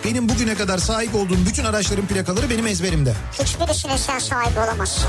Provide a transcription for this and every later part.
benim bugüne kadar sahip olduğum bütün araçların plakaları benim ezberimde. Hiçbirisine sen sahibi olamazsın.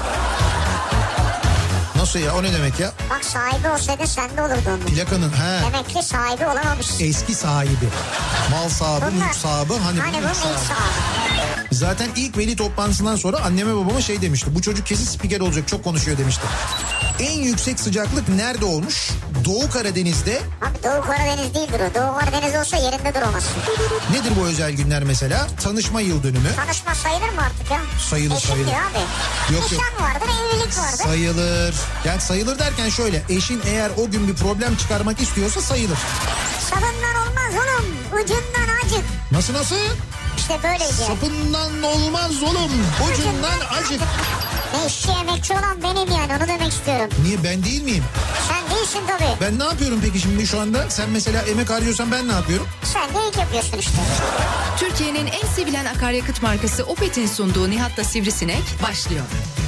Nasıl ya, o ne demek ya? Bak sahibi olsaydı sende olurdu onun. Plakanın Demek ki sahibi olamamışsın. Eski sahibi. Mal sahibi, mülk sahibi. Hani bu mülk sahibi. Zaten ilk veli toplantısından sonra anneme babama şey demişti. Bu çocuk kesin spiker olacak, çok konuşuyor demişti. En yüksek sıcaklık nerede olmuş? Doğu Karadeniz'de. Abi Doğu Karadeniz değildir o. Doğu Karadeniz olsa yerinde duramazsın. Nedir bu özel günler mesela? Tanışma yıl dönümü. Tanışma sayılır mı artık ya? Sayılır. Abi. Yok. Nişan vardır, evlilik vardır. Sayılır. Yani sayılır derken şöyle. Eşin eğer o gün bir problem çıkarmak istiyorsa sayılır. Sapından olmaz oğlum. Ucundan acık. Nasıl? İşte böyleydi. Sapından olmaz oğlum. Ucundan acık. İşçi emekçi olan benim yani, onu demek istiyorum. Niye, ben değil miyim? Sen değilsin tabii. Ben ne yapıyorum peki şimdi şu anda? Sen mesela emek harcıyorsan ben ne yapıyorum? Sen de ilk yapıyorsun işte. Türkiye'nin en sevilen akaryakıt markası Opet'in sunduğu Nihat'la Sivrisinek başlıyor.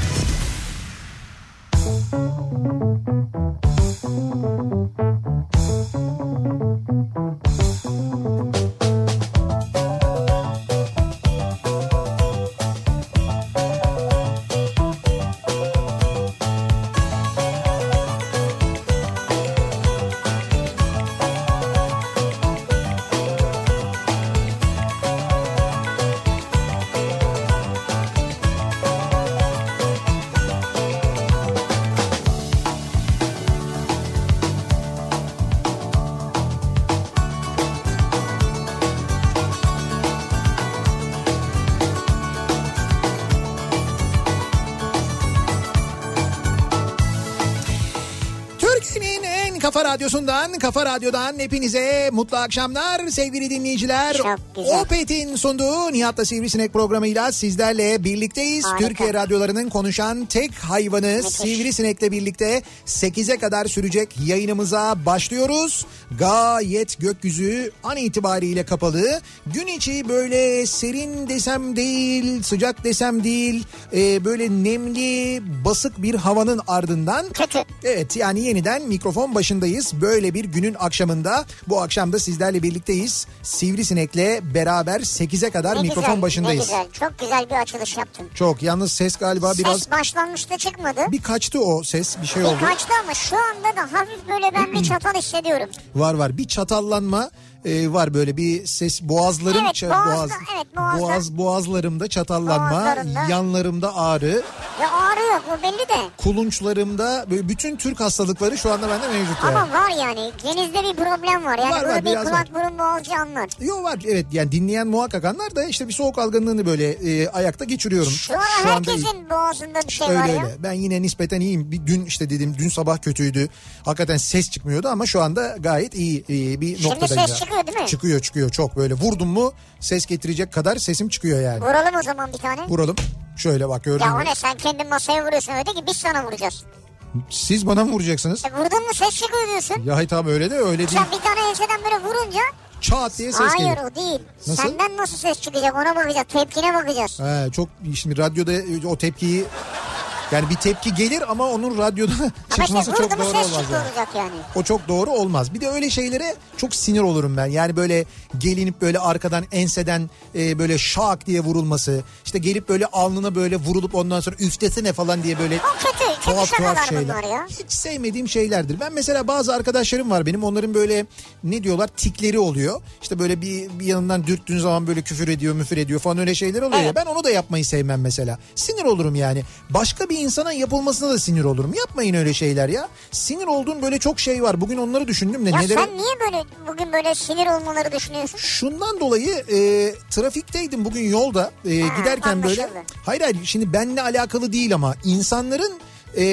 Kafa Radyosu'ndan, Kafa Radyo'dan hepinize mutlu akşamlar sevgili dinleyiciler. Opet'in sunduğu Nihat'la Sivrisinek programıyla sizlerle birlikteyiz. Harika. Türkiye radyolarının konuşan tek hayvanı Sivrisinek'le birlikte 8'e kadar sürecek yayınımıza başlıyoruz. Gayet gökyüzü an itibariyle kapalı. Gün içi böyle serin desem değil, sıcak desem değil, böyle nemli, basık bir havanın ardından. Evet, yani yeniden mikrofon başındayız. Böyle bir günün akşamında, bu akşam da sizlerle birlikteyiz. Sivrisinek'le beraber 8'e kadar mikrofon başındayız. Ne güzel, çok güzel bir açılış yaptın. Çok, yalnız ses galiba biraz... Ses başlangıçta çıkmadı. Bir kaçtı o ses, bir şey oldu. Bir kaçtı ama şu anda da hafif böyle ben bir çatal hissediyorum. Var, bir çatallanma var, böyle bir ses, boğazlarım, boğazlarımda çatallanma, yanlarımda ağrı. Ya ağrı yok, o belli de. Kulunçlarımda böyle bütün Türk hastalıkları şu anda bende mevcut yani. Ama var yani, genizde bir problem var. Yani var, bir kulak burun boğazcı anlar. Yok var, evet, yani dinleyen muhakkak anlar da işte bir soğuk algınlığını böyle ayakta geçiriyorum. Şu an herkesin boğazında bir şey var ya. Öyle. Ben yine nispeten iyiyim. Bir dün işte dedim, dün sabah kötüydü. Hakikaten ses çıkmıyordu ama şu anda gayet iyi bir noktadayım. Şimdi ses çıkıyor değil mi? Çıkıyor çok, böyle vurdum mu ses getirecek kadar sesim çıkıyor yani. Vuralım o zaman bir tane. Vuralım. Şöyle bak, gördün mü? Ya o ne, sen kendin masaya vuruyorsun öyle ki biz sana vuracağız. Siz bana mı vuracaksınız? Vurdun mu ses çıkıyor diyorsun. Ya tamam, öyle de öyle değil. Sen bir tane enseden böyle vurunca çat diye ses geliyor. Hayır, o değil. Nasıl? Senden nasıl ses çıkacak ona bakacağız, tepkine bakacağız. Çok şimdi radyoda o tepkiyi, yani bir tepki gelir ama onun radyoda çıkması çok doğru olmaz. Yani. O çok doğru olmaz. Bir de öyle şeylere çok sinir olurum ben. Yani böyle gelinip böyle arkadan enseden böyle şak diye vurulması. İşte gelip böyle alnına böyle vurulup ondan sonra üftesene falan diye böyle tuhaf şeyler. Ya. Hiç sevmediğim şeylerdir. Ben mesela bazı arkadaşlarım var benim, onların böyle ne diyorlar, tikleri oluyor. İşte böyle bir yanından dürttüğün zaman böyle küfür ediyor falan, öyle şeyler oluyor. Evet. Ya. Ben onu da yapmayı sevmem mesela. Sinir olurum yani. Başka bir insana yapılmasına da sinir olurum. Yapmayın öyle şeyler ya. Sinir olduğum böyle çok şey var. Bugün onları düşündüm de. Ya sen niye bugün böyle sinir olmaları düşünüyorsun? Şundan dolayı trafikteydim bugün yolda giderken anlaşıldı. Böyle. Hayır şimdi benimle alakalı değil ama insanların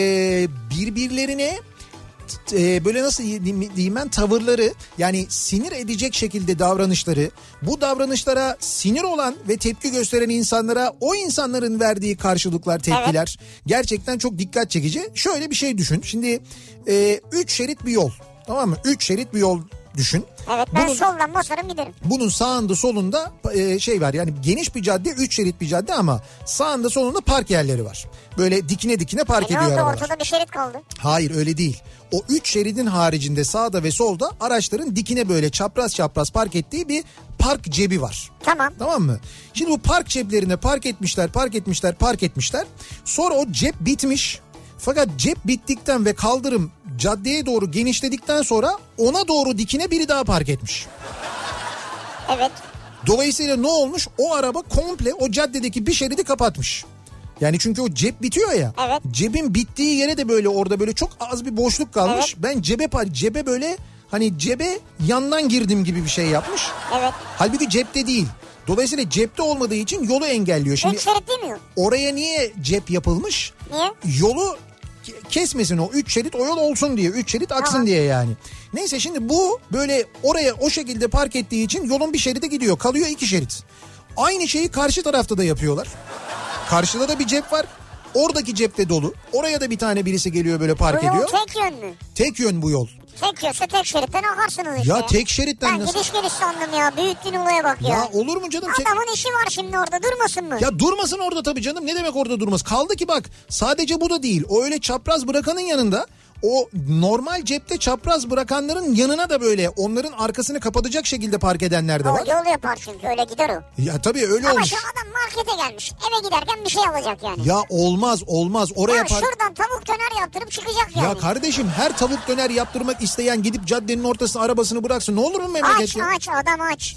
birbirlerine böyle nasıl diyeyim ben, tavırları, yani sinir edecek şekilde davranışları, bu davranışlara sinir olan ve tepki gösteren insanlara o insanların verdiği karşılıklar, tepkiler gerçekten çok dikkat çekici. Şöyle bir şey düşün. Şimdi 3 şerit bir yol, tamam mı? 3 şerit bir yol düşün. Evet, ben soldan basarım giderim. Bunun sağında solunda şey var, yani geniş bir cadde, 3 şerit bir cadde ama sağında solunda park yerleri var. Böyle dikine park ediyor arabalar. Ortada bir şerit kaldı. Hayır, öyle değil. O 3 şeridin haricinde sağda ve solda araçların dikine böyle çapraz park ettiği bir park cebi var. Tamam. Tamam mı? Şimdi bu park ceplerine park etmişler. Sonra o cep bitmiş. Fakat cep bittikten ve kaldırım caddeye doğru genişledikten sonra ona doğru dikine biri daha park etmiş. Evet. Dolayısıyla ne olmuş? O araba komple o caddedeki bir şeridi kapatmış. Yani çünkü o cep bitiyor ya. Evet. Cebin bittiği yere de böyle orada böyle çok az bir boşluk kalmış. Evet. Ben cebe böyle hani cebe yandan girdim gibi bir şey yapmış. Evet. Halbuki cepte değil. Dolayısıyla cepte olmadığı için yolu engelliyor. Şimdi 3 şerit değil mi yok? Oraya niye cep yapılmış? Niye? Yolu kesmesin o 3 şerit, o yol olsun diye, 3 şerit aksın diye yani. Neyse şimdi bu böyle oraya o şekilde park ettiği için yolun bir şeridi gidiyor, kalıyor 2 şerit. Aynı şeyi karşı tarafta da yapıyorlar. Karşıda da bir cep var. Oradaki cepte dolu. Oraya da bir tane birisi geliyor böyle park ediyor. Bu yol tek yön mü? Tek yön bu yol. Tek yönse tek şeritten akarsınız işte. Ya tek şeritten ben nasıl? Ben gidiş sandım ya. Büyüttün olaya bak ya. Ya olur mu canım? Adamın işi var şimdi orada, durmasın mı? Ya durmasın orada tabii canım. Ne demek orada durmasın? Kaldı ki bak sadece bu da değil. O öyle çapraz bırakanın yanında o normal cepte çapraz bırakanların yanına da böyle onların arkasını kapatacak şekilde park edenler de var. O yol yapar çünkü, öyle gider o. Ya tabii öyle ama olmuş. Ama şu adam markete gelmiş, eve giderken bir şey alacak yani. Ya olmaz oraya park... Şuradan tavuk döner yaptırıp çıkacak yani. Ya kardeşim her tavuk döner yaptırmak isteyen gidip caddenin ortasına arabasını bıraksın. Ne olur mu memleket ya? Aç adam aç.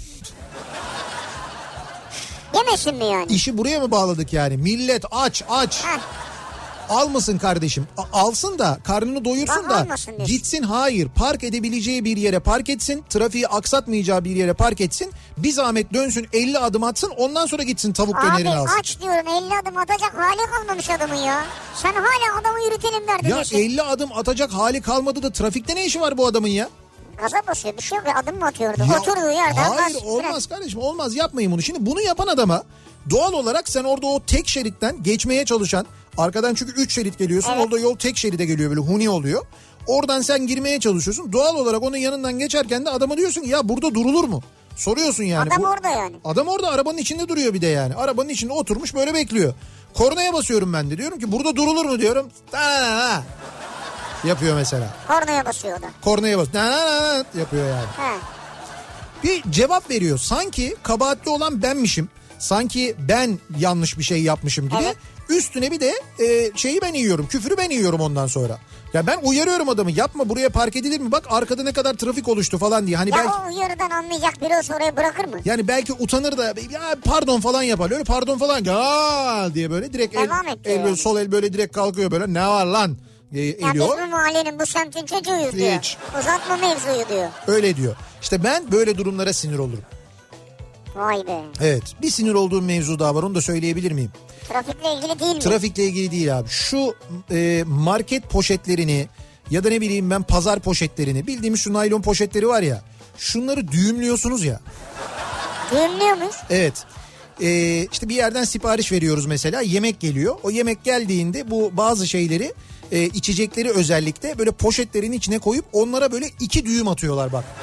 Yemesin mi yani? İşi buraya mı bağladık yani? Millet aç. Heh. Almasın kardeşim. Alsın da karnını doyursun da gitsin, hayır park edebileceği bir yere park etsin. Trafiği aksatmayacağı bir yere park etsin. Bir zahmet dönsün 50 adım atsın, ondan sonra gitsin tavuk dönerini alsın. Abi aç diyorum, 50 adım atacak hali kalmamış adamın ya. Sen hala adamı yürütelim derdindesin. Ya 50 adım atacak hali kalmadı da trafikte ne işi var bu adamın ya? Gaza basıyor, bir şey yok ya, adım mı atıyordu? Oturduğu yerden hayır olmaz kardeşim, olmaz, yapmayın bunu. Şimdi bunu yapan adama doğal olarak sen orada o tek şeritten geçmeye çalışan, arkadan çünkü 3 şerit geliyorsun, evet. Orada yol tek şeride geliyor, böyle huni oluyor. Oradan sen girmeye çalışıyorsun. Doğal olarak onun yanından geçerken de adama diyorsun ki ya burada durulur mu? Soruyorsun yani. Adam orada yani. Adam orada arabanın içinde duruyor bir de yani. Arabanın içinde oturmuş böyle bekliyor. Kornaya basıyorum ben de, diyorum ki burada durulur mu diyorum. Yapıyor mesela. Kornaya basıyor o da. Kornaya basıyor. Yapıyor yani. He. Bir cevap veriyor. Sanki kabahatli olan benmişim. Sanki ben yanlış bir şey yapmışım gibi. Evet. Üstüne bir de şeyi ben yiyorum. Küfürü ben yiyorum ondan sonra. Ya ben uyarıyorum adamı. Yapma, buraya park edilir mi? Bak arkada ne kadar trafik oluştu falan diye. Hani ya belki, o uyarıdan anlayacak biri olsa oraya bırakır mı? Yani belki utanır da ya pardon falan yapar. Öyle pardon falan diye böyle direkt el böyle, sol el böyle direkt kalkıyor böyle. Ne var lan? Ya biz bu mahallenin, bu semtin çocuğuyuz diyor. Hiç. Uzatma mevzuyu diyor. Öyle diyor. İşte ben böyle durumlara sinir olurum. Vay be. Evet, bir sinir olduğum mevzu daha var, onu da söyleyebilir miyim? Trafikle ilgili değil mi? Trafikle ilgili değil abi. Şu market poşetlerini ya da ne bileyim ben pazar poşetlerini, bildiğimiz şu naylon poşetleri var ya, şunları düğümlüyorsunuz ya. Düğümlüyor muyuz? Evet. İşte bir yerden sipariş veriyoruz mesela, yemek geliyor. O yemek geldiğinde bu bazı şeyleri, içecekleri özellikle böyle poşetlerin içine koyup onlara böyle 2 düğüm atıyorlar bak.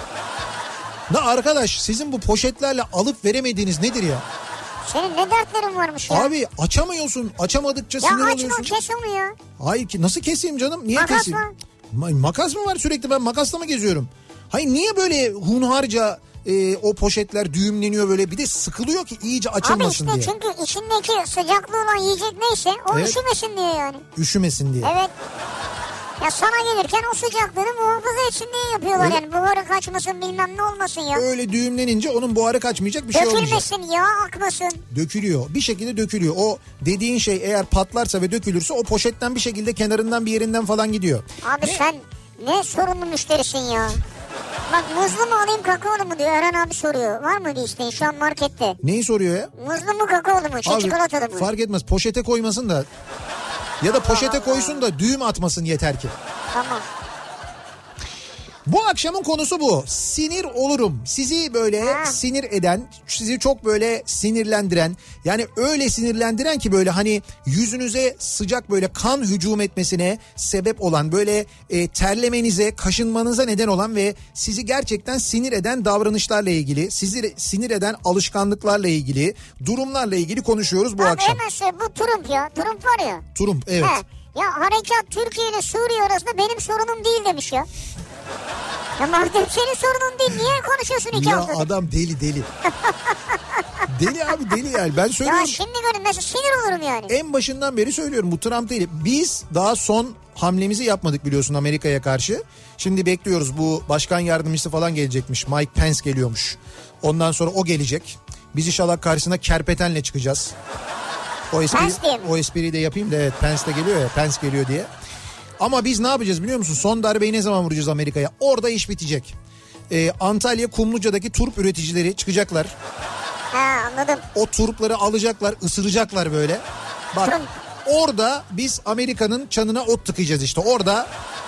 Da arkadaş, sizin bu poşetlerle alıp veremediğiniz nedir ya? Senin ne dertlerin varmış ya? Abi açamıyorsun. Açamadıkça sinir oluyorsun. Ya açma, kes onu ya. Hayır ki, nasıl keseyim canım? Niye makas keseyim? Var. Makas mı var sürekli, ben makasla mı geziyorum? Hayır, niye böyle hunharca o poşetler düğümleniyor böyle, bir de sıkılıyor ki iyice açılmasın diye. Abi işte çünkü içindeki sıcaklığı olan yiyecek neyse o üşümesin diye yani. Üşümesin diye. Evet. Ya sana gelirken o sıcaklığını muhafaza etsin diye yapıyorlar öyle. Yani buharı kaçmasın, bilmem ne olmasın ya. Öyle düğümlenince onun buharı kaçmayacak, bir şey olmayacak. Dökülmesin, yağ akmasın. Dökülüyor, bir şekilde dökülüyor. O dediğin şey eğer patlarsa ve dökülürse o poşetten bir şekilde kenarından bir yerinden falan gidiyor. Abi sen ne sorunlu müşterisin ya. Bak muzlu mu alayım kakaolu mu diyor, Erhan abi soruyor. Var mı bir isteğin şu an markette? Neyi soruyor ya? Muzlu mu kakaolu mu, çikolatalı mı? Fark etmez, poşete koymasın da. Ya da poşete koysun da düğüm atmasın yeter ki. Tamam. Bu akşamın konusu bu. Sinir olurum. Sizi böyle sinir eden, sizi çok böyle sinirlendiren, yani öyle sinirlendiren ki böyle hani yüzünüze sıcak böyle kan hücum etmesine sebep olan, böyle terlemenize, kaşınmanıza neden olan ve sizi gerçekten sinir eden davranışlarla ilgili, sizi sinir eden alışkanlıklarla ilgili, durumlarla ilgili konuşuyoruz bu akşam. Abi hemen bu Trump ya. Trump var ya. Trump, evet. Ya harekat Türkiye ile Suriye arasında benim sorunum değil demiş ya. Ya madem senin sorunun değil niye konuşuyorsun 2 haftadır? Ya adam deli. Deli abi deli yani ben söylüyorum. Ya şimdi görün mesela sinir olurum yani. En başından beri söylüyorum bu Trump değil. Biz daha son hamlemizi yapmadık biliyorsun Amerika'ya karşı. Şimdi bekliyoruz bu başkan yardımcısı falan gelecekmiş. Mike Pence geliyormuş. Ondan sonra o gelecek. Biz inşallah karşısına kerpetenle çıkacağız. O espriyi de yapayım da evet Pence de geliyor ya Pence geliyor diye. Ama biz ne yapacağız biliyor musun? Son darbeyi ne zaman vuracağız Amerika'ya? Orada iş bitecek. Antalya Kumluca'daki turp üreticileri çıkacaklar. Ha anladım. O turpları alacaklar, ısıracaklar böyle. Bak orada biz Amerika'nın çanına ot tıkayacağız işte. Orada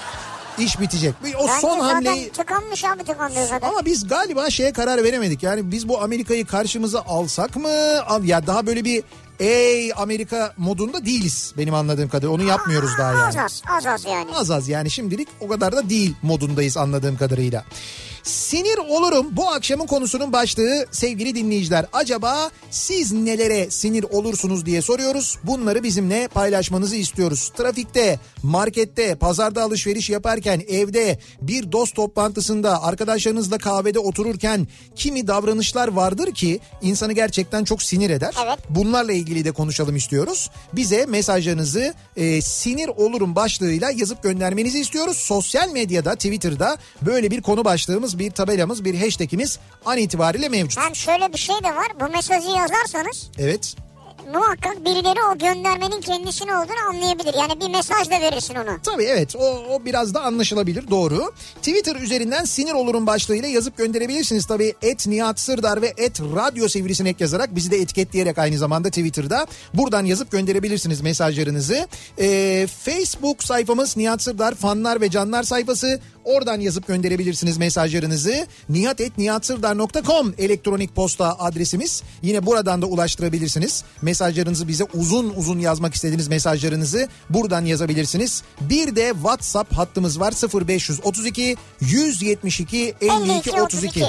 iş bitecek. O bence son hamleyi... tıkanmış abi tıkandı zaten. Ama biz galiba şeye karar veremedik. Yani biz bu Amerika'yı karşımıza alsak mı? Ya daha böyle bir ey Amerika modunda değiliz benim anladığım kadarıyla. Onu yapmıyoruz daha yani. Az yani. Az yani şimdilik o kadar da değil modundayız anladığım kadarıyla. Sinir olurum bu akşamın konusunun başlığı sevgili dinleyiciler. Acaba siz nelere sinir olursunuz diye soruyoruz. Bunları bizimle paylaşmanızı istiyoruz. Trafikte, markette, pazarda alışveriş yaparken, evde, bir dost toplantısında, arkadaşlarınızla kahvede otururken kimi davranışlar vardır ki insanı gerçekten çok sinir eder. Evet. Bunlarla ilgili de konuşalım istiyoruz. Bize mesajlarınızı sinir olurum başlığıyla yazıp göndermenizi istiyoruz. Sosyal medyada, Twitter'da böyle bir konu başlığımız, bir tabelamız, bir hashtagimiz an itibariyle mevcut. Hem şöyle bir şey de var. Bu mesajı yazarsanız. Evet. Muhakkak birileri o göndermenin kendisini olduğunu anlayabilir. Yani bir mesaj da verirsin onu. Tabii evet o biraz da anlaşılabilir doğru. Twitter üzerinden sinir olurum başlığıyla yazıp gönderebilirsiniz. Tabii @NihatSırdar ve @RadyoSivrisinek yazarak bizi de etiketleyerek aynı zamanda Twitter'da buradan yazıp gönderebilirsiniz mesajlarınızı. Facebook sayfamız Nihat Sırdar fanlar ve canlar sayfası. Oradan yazıp gönderebilirsiniz mesajlarınızı. nihat@nihatsırdar.com elektronik posta adresimiz. Yine buradan da ulaştırabilirsiniz. Mesajlarınızı bize uzun yazmak istediğiniz mesajlarınızı buradan yazabilirsiniz. Bir de WhatsApp hattımız var 0532 172 52 32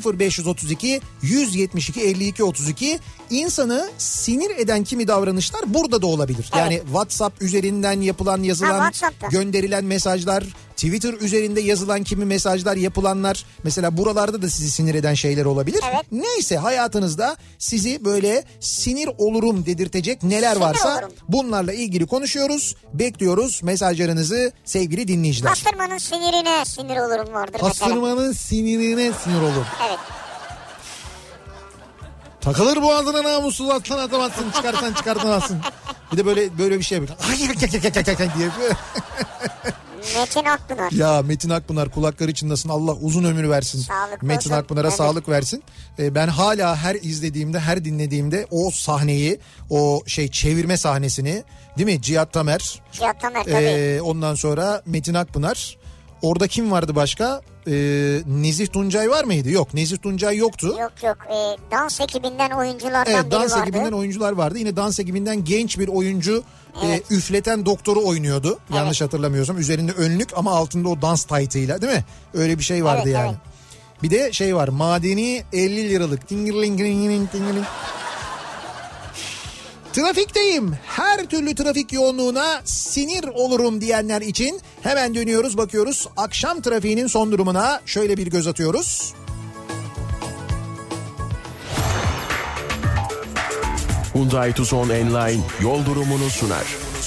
0532 172 52 32. İnsanı sinir eden kimi davranışlar burada da olabilir. Evet. Yani WhatsApp üzerinden yapılan yazılan gönderilen mesajlar, Twitter üzerinde yazılan kimi mesajlar, yapılanlar mesela buralarda da sizi sinir eden şeyler olabilir. Evet. Neyse hayatınızda sizi böyle sinir olurum dedirtecek neler sinir varsa olurum. Bunlarla ilgili konuşuyoruz. Bekliyoruz mesajlarınızı sevgili dinleyiciler. Pastırmanın sinirine sinir olurum vardır Pastırmanın mesela. Sinirine sinir olur. Evet. Takılır boğazına namussuz atsan atamazsın, çıkarsan çıkartamazsın. Bir de böyle bir şey yapıyor. diye yapıyor. Metin Akpınar. Ya Metin Akpınar kulakları çınlasın, Allah uzun ömür versin. Sağlık Metin olsun. Akpınar'a evet. Sağlık versin. Ben hala her izlediğimde, her dinlediğimde o sahneyi, o çevirme sahnesini, değil mi? Cihat Tamer tabii. Ondan sonra Metin Akpınar. Orada kim vardı başka? Nezih Tuncay var mıydı? Yok, Nezih Tuncay yoktu. Yok. Dans ekibinden oyunculardan biri vardı. Dans ekibinden oyuncular vardı. Yine dans ekibinden genç bir oyuncu üfleten doktoru oynuyordu. Evet. Yanlış hatırlamıyorsam. Üzerinde önlük ama altında o dans taytıyla, değil mi? Öyle bir şey vardı yani. Evet. Bir de var. Madeni 50 liralık. Tingirling. Trafikteyim. Her türlü trafik yoğunluğuna sinir olurum diyenler için hemen dönüyoruz, bakıyoruz. Akşam trafiğinin son durumuna şöyle bir göz atıyoruz. Hyundai Tucson Enline yol durumunu sunar.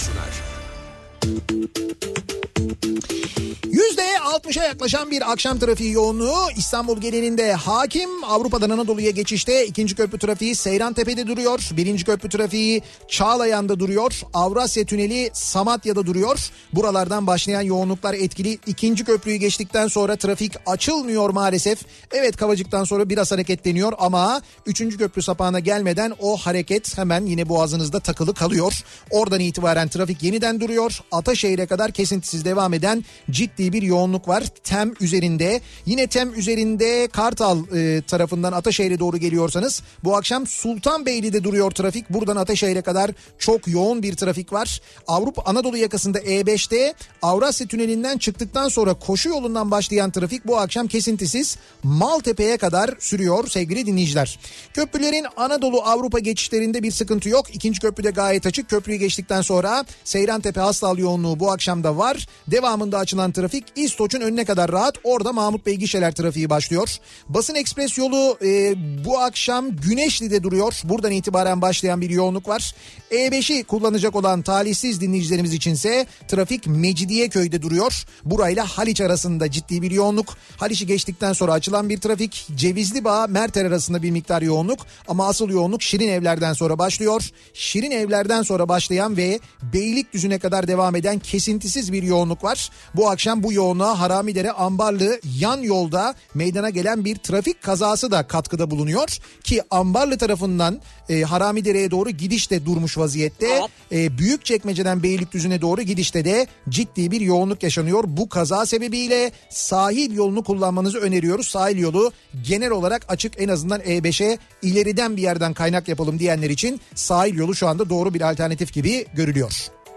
%60'a yaklaşan bir akşam trafiği yoğunluğu İstanbul genelinde hakim. Avrupa'dan Anadolu'ya geçişte 2. köprü trafiği Seyrantepe'de duruyor. 1. köprü trafiği Çağlayan'da duruyor. Avrasya Tüneli Samatya'da duruyor. Buralardan başlayan yoğunluklar etkili. 2. köprüyü geçtikten sonra trafik açılmıyor maalesef. Evet, Kavacık'tan sonra biraz hareketleniyor ama 3. köprü sapağına gelmeden o hareket hemen yine boğazınızda takılı kalıyor. Oradan itibaren trafik yeniden duruyor. Ataşehir'e kadar kesintisiz devam eden ciddi bir yoğunluk var. TEM üzerinde, yine TEM üzerinde Kartal tarafından Ataşehir'e doğru geliyorsanız bu akşam Sultanbeyli'de duruyor trafik. Buradan Ataşehir'e kadar çok yoğun bir trafik var. Avrupa Anadolu yakasında E5'te Avrasya Tüneli'nden çıktıktan sonra koşu yolundan başlayan trafik bu akşam kesintisiz Maltepe'ye kadar sürüyor sevgili dinleyiciler. Köprülerin Anadolu Avrupa geçişlerinde bir sıkıntı yok. 2. köprüde gayet açık. Köprüyü geçtikten sonra Seyrantepe Hastal yoğunluğu bu akşam da var. Devamında açılan trafik İstoç'un önüne kadar rahat. Orada Mahmut Bey gişeler trafiği başlıyor. Basın Ekspres yolu bu akşam Güneşli'de duruyor. Buradan itibaren başlayan bir yoğunluk var. E5'i kullanacak olan talihsiz dinleyicilerimiz içinse trafik Mecidiyeköy'de duruyor. Burayla Haliç arasında ciddi bir yoğunluk. Haliç'i geçtikten sonra açılan bir trafik. Cevizlibağ Merter arasında bir miktar yoğunluk. Ama asıl yoğunluk Şirinevler'den sonra başlıyor. Şirinevler'den sonra başlayan ve Beylikdüzü'ne kadar devam eden kesintisiz bir yoğunluk var. Bu akşam bu yoğunluğa Haramidere Ambarlı yan yolda meydana gelen bir trafik kazası da katkıda bulunuyor. Ki Ambarlı tarafından Haramidere'ye doğru gidiş de durmuş vaziyette. Büyükçekmece'den Beylikdüzü'ne doğru gidişte de ciddi bir yoğunluk yaşanıyor. Bu kaza sebebiyle sahil yolunu kullanmanızı öneriyoruz. Sahil yolu genel olarak açık, en azından E5'e ileriden bir yerden kaynak yapalım diyenler için sahil yolu şu anda doğru bir alternatif gibi görülüyor.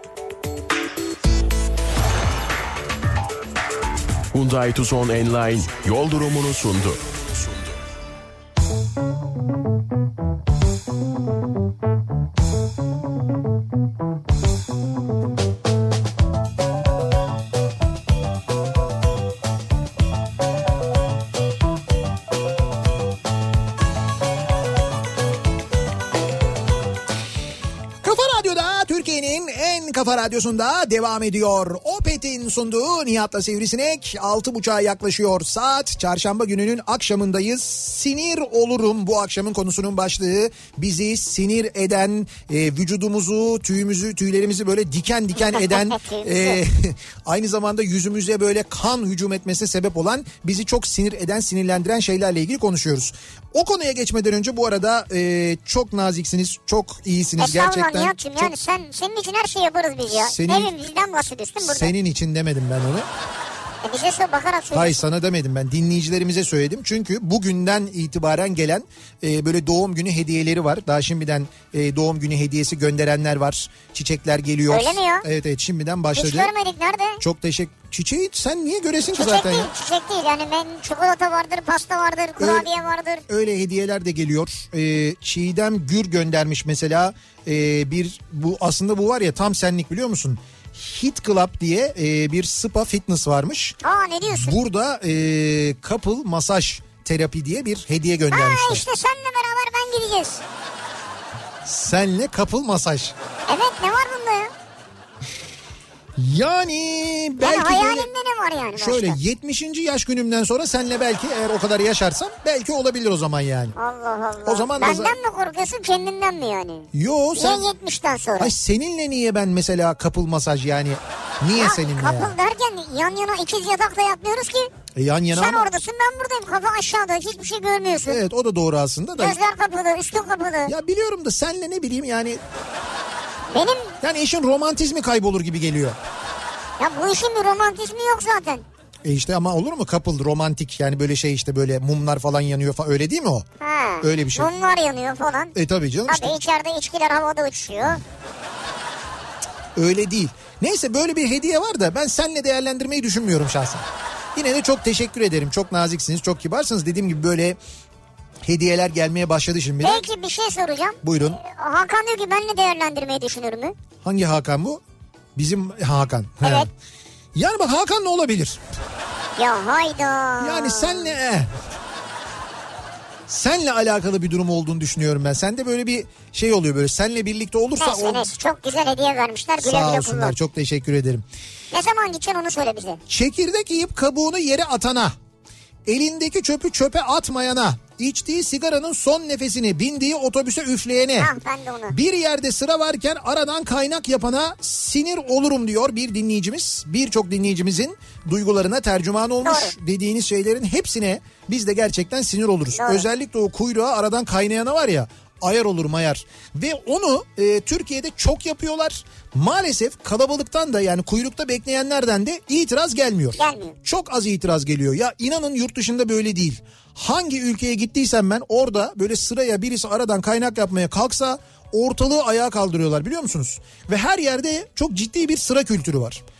Hyundai Tucson Enline yol durumunu sundu. Kafa Radyosu'nda devam ediyor. Opet'in sunduğu Nihat'la Sivrisinek. 6.30'a yaklaşıyor saat. Çarşamba gününün akşamındayız. Sinir olurum bu akşamın konusunun başlığı. Bizi sinir eden, vücudumuzu, tüylerimizi böyle diken diken eden, aynı zamanda yüzümüze böyle kan hücum etmesine sebep olan, bizi çok sinir eden, sinirlendiren şeylerle ilgili konuşuyoruz. O konuya geçmeden önce bu arada çok naziksiniz, çok iyisiniz gerçekten. Nihat'cığım, yani senin için her şeyi yaparız biz ya. Evimizden bahsediyorsun burada. Senin için demedim ben onu. Bize bakarak söylüyorsun. Hayır, sana demedim ben, dinleyicilerimize söyledim. Çünkü bugünden itibaren gelen böyle doğum günü hediyeleri var. Daha şimdiden doğum günü hediyesi gönderenler var. Çiçekler geliyor. Öyle mi ya? Evet şimdiden başladı. Hiç görmedik, nerede? Çok Çiçeği sen niye göresin ki çiçek zaten değil, ya? Çiçek değil yani, çikolata vardır, pasta vardır, kurabiye vardır. Öyle hediyeler de geliyor. Çiğdem Gür göndermiş mesela bu aslında bu var ya, tam senlik, biliyor musun? Hit Club diye bir spa fitness varmış. Ne diyorsun? Burada couple masaj terapi diye bir hediye göndermişler. İşte seninle beraber ben gideceğiz. Senle couple masaj. Evet, ne var bunda ya? Yani belki hayalimde ne var yani başka? Şöyle 70. yaş günümden sonra senle belki, eğer o kadar yaşarsam belki olabilir o zaman yani. Allah Allah. O zaman benden mi korkuyorsun, kendinden mi yani? Yo sen. Niye 70'ten sonra? Ay seninle niye ben mesela couple masaj yani? Niye ya, seninle couple yani? derken yan yana ikiz yatakta yatmıyoruz ki. Yan yana sen ama... oradasın, ben buradayım, kafa aşağıda, hiçbir şey görmüyorsun. Evet, o da doğru aslında da. Gözler kapalı, üstü kapalı. Ya biliyorum da senle ne bileyim yani. Benim. Yani işin romantizmi kaybolur gibi geliyor. Ya bu işin bir romantizmi yok zaten. İşte ama olur mu couple romantik, yani böyle şey, işte böyle mumlar falan yanıyor falan, öyle değil mi o? Öyle bir şey. Mumlar yanıyor falan. Tabii canım. Tabii işte. İçeride içkiler havada uçuşuyor. Öyle değil. Neyse, böyle bir hediye var da ben seninle değerlendirmeyi düşünmüyorum şahsen. Yine de çok teşekkür ederim. Çok naziksiniz, çok kibarsınız. Dediğim gibi böyle hediyeler gelmeye başladı şimdi. Peki bir şey soracağım. Buyurun. Hakan diyor ki benle değerlendirmeyi düşünür mü? Hangi Hakan bu? Bizim Hakan. Evet. Yani bak, Hakan ne olabilir? Ya hayda. Yani senle alakalı bir durum olduğunu düşünüyorum ben. Sende böyle bir şey oluyor, böyle senle birlikte olursa. Neyse, çok güzel hediye vermişler. Güle sağ güle olsunlar kullan. Çok teşekkür ederim. Ne zaman gideceksin onu söyle bize. Çekirdek yiyip kabuğunu yere atana, elindeki çöpü çöpe atmayana, içtiği sigaranın son nefesini bindiği otobüse üfleyene, ben de onu. bir yerde sıra varken aradan kaynak yapana sinir olurum diyor bir dinleyicimiz. Birçok dinleyicimizin duygularına tercüman olmuş. Doğru. Dediğiniz şeylerin hepsine biz de gerçekten sinir oluruz. Doğru. Özellikle o kuyruğa aradan kaynayana var ya, ayar olurum ayar. Ve onu Türkiye'de çok yapıyorlar. Maalesef kalabalıktan da, yani kuyrukta bekleyenlerden de itiraz gelmiyor. Çok az itiraz geliyor. Ya inanın yurt dışında böyle değil. Hangi ülkeye gittiysem ben, orada böyle sıraya birisi aradan kaynak yapmaya kalksa ortalığı ayağa kaldırıyorlar, biliyor musunuz? Ve her yerde çok ciddi bir sıra kültürü var.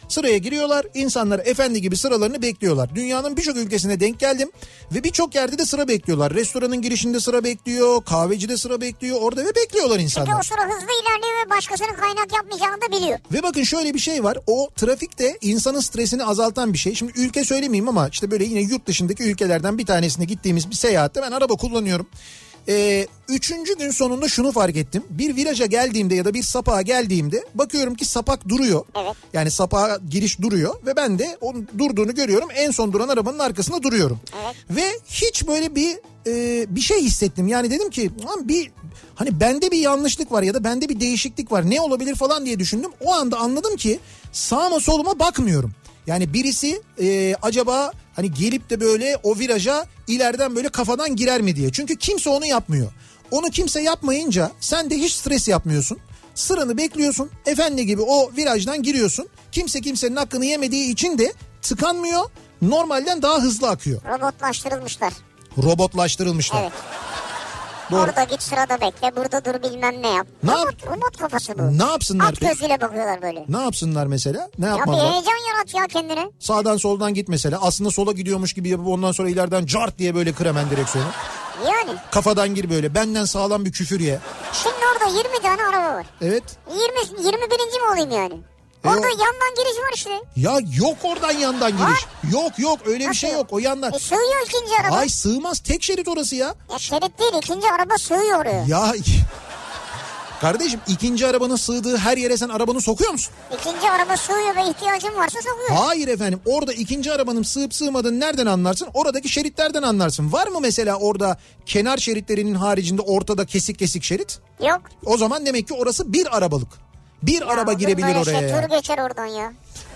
Sıraya giriyorlar. İnsanlar efendi gibi sıralarını bekliyorlar. Dünyanın birçok ülkesine denk geldim ve birçok yerde de sıra bekliyorlar. Restoranın girişinde sıra bekliyor, kahvecide sıra bekliyor orada ve bekliyorlar insanlar. Çünkü o sıra hızlı ilerliyor ve başkasının kaynak yapmayacağını da biliyor. Ve bakın şöyle bir şey var. O trafik de insanın stresini azaltan bir şey. Şimdi ülke söylemeyeyim ama işte böyle yine yurt dışındaki ülkelerden bir tanesine gittiğimiz bir seyahatte ben araba kullanıyorum. Üçüncü gün sonunda şunu fark ettim. Bir viraja geldiğimde ya da bir sapağa geldiğimde bakıyorum ki sapak duruyor. Evet. Yani sapağa giriş duruyor ve ben de onun durduğunu görüyorum. En son duran arabanın arkasında duruyorum. Evet. Ve hiç böyle bir şey hissettim. Yani dedim ki hani bende bir yanlışlık var ya da bende bir değişiklik var. Ne olabilir falan diye düşündüm. O anda anladım ki sağıma soluma bakmıyorum. Yani birisi acaba hani gelip de böyle o viraja ileriden böyle kafadan girer mi diye. Çünkü kimse onu yapmıyor. Onu kimse yapmayınca sen de hiç stres yapmıyorsun. Sıranı bekliyorsun. Efendi gibi o virajdan giriyorsun. Kimse kimsenin hakkını yemediği için de tıkanmıyor. Normalden daha hızlı akıyor. Robotlaştırılmışlar. Evet. Doğru. Orada git sırada bekle, burada dur bilmem ne yap. Robot kafası bu. Ne yapsınlar peki? At gözüyle bakıyorlar böyle. Ne yapsınlar mesela? Ne ya yapmalılar? bir heyecan yarat ya kendine. Sağdan soldan git mesela. Aslında sola gidiyormuş gibi yapıp ondan sonra ileriden cart diye böyle kır hemen direksiyonu. Yani. Kafadan gir böyle. Benden sağlam bir küfür ye. Şimdi orada 20 tane araba var. Evet. 21. mi olayım yani? Orada yandan giriş var işte. Ya yok oradan yandan giriş. Yok öyle nasıl bir şey yok o yandan. Sığıyor ikinci araba. Ay sığmaz, tek şerit orası ya. Ya şerit değil, ikinci araba sığıyor oraya. Ya kardeşim ikinci arabanın sığdığı her yere sen arabanı sokuyor musun? İkinci araba sığıyor ve ihtiyacın varsa sokuyor. Hayır efendim, orada ikinci arabanın sığıp sığmadığını nereden anlarsın? Oradaki şeritlerden anlarsın. Var mı mesela orada kenar şeritlerinin haricinde ortada kesik kesik şerit? Yok. O zaman demek ki orası bir arabalık. Bir araba girebilir oraya ya. Tur geçer oradan ya.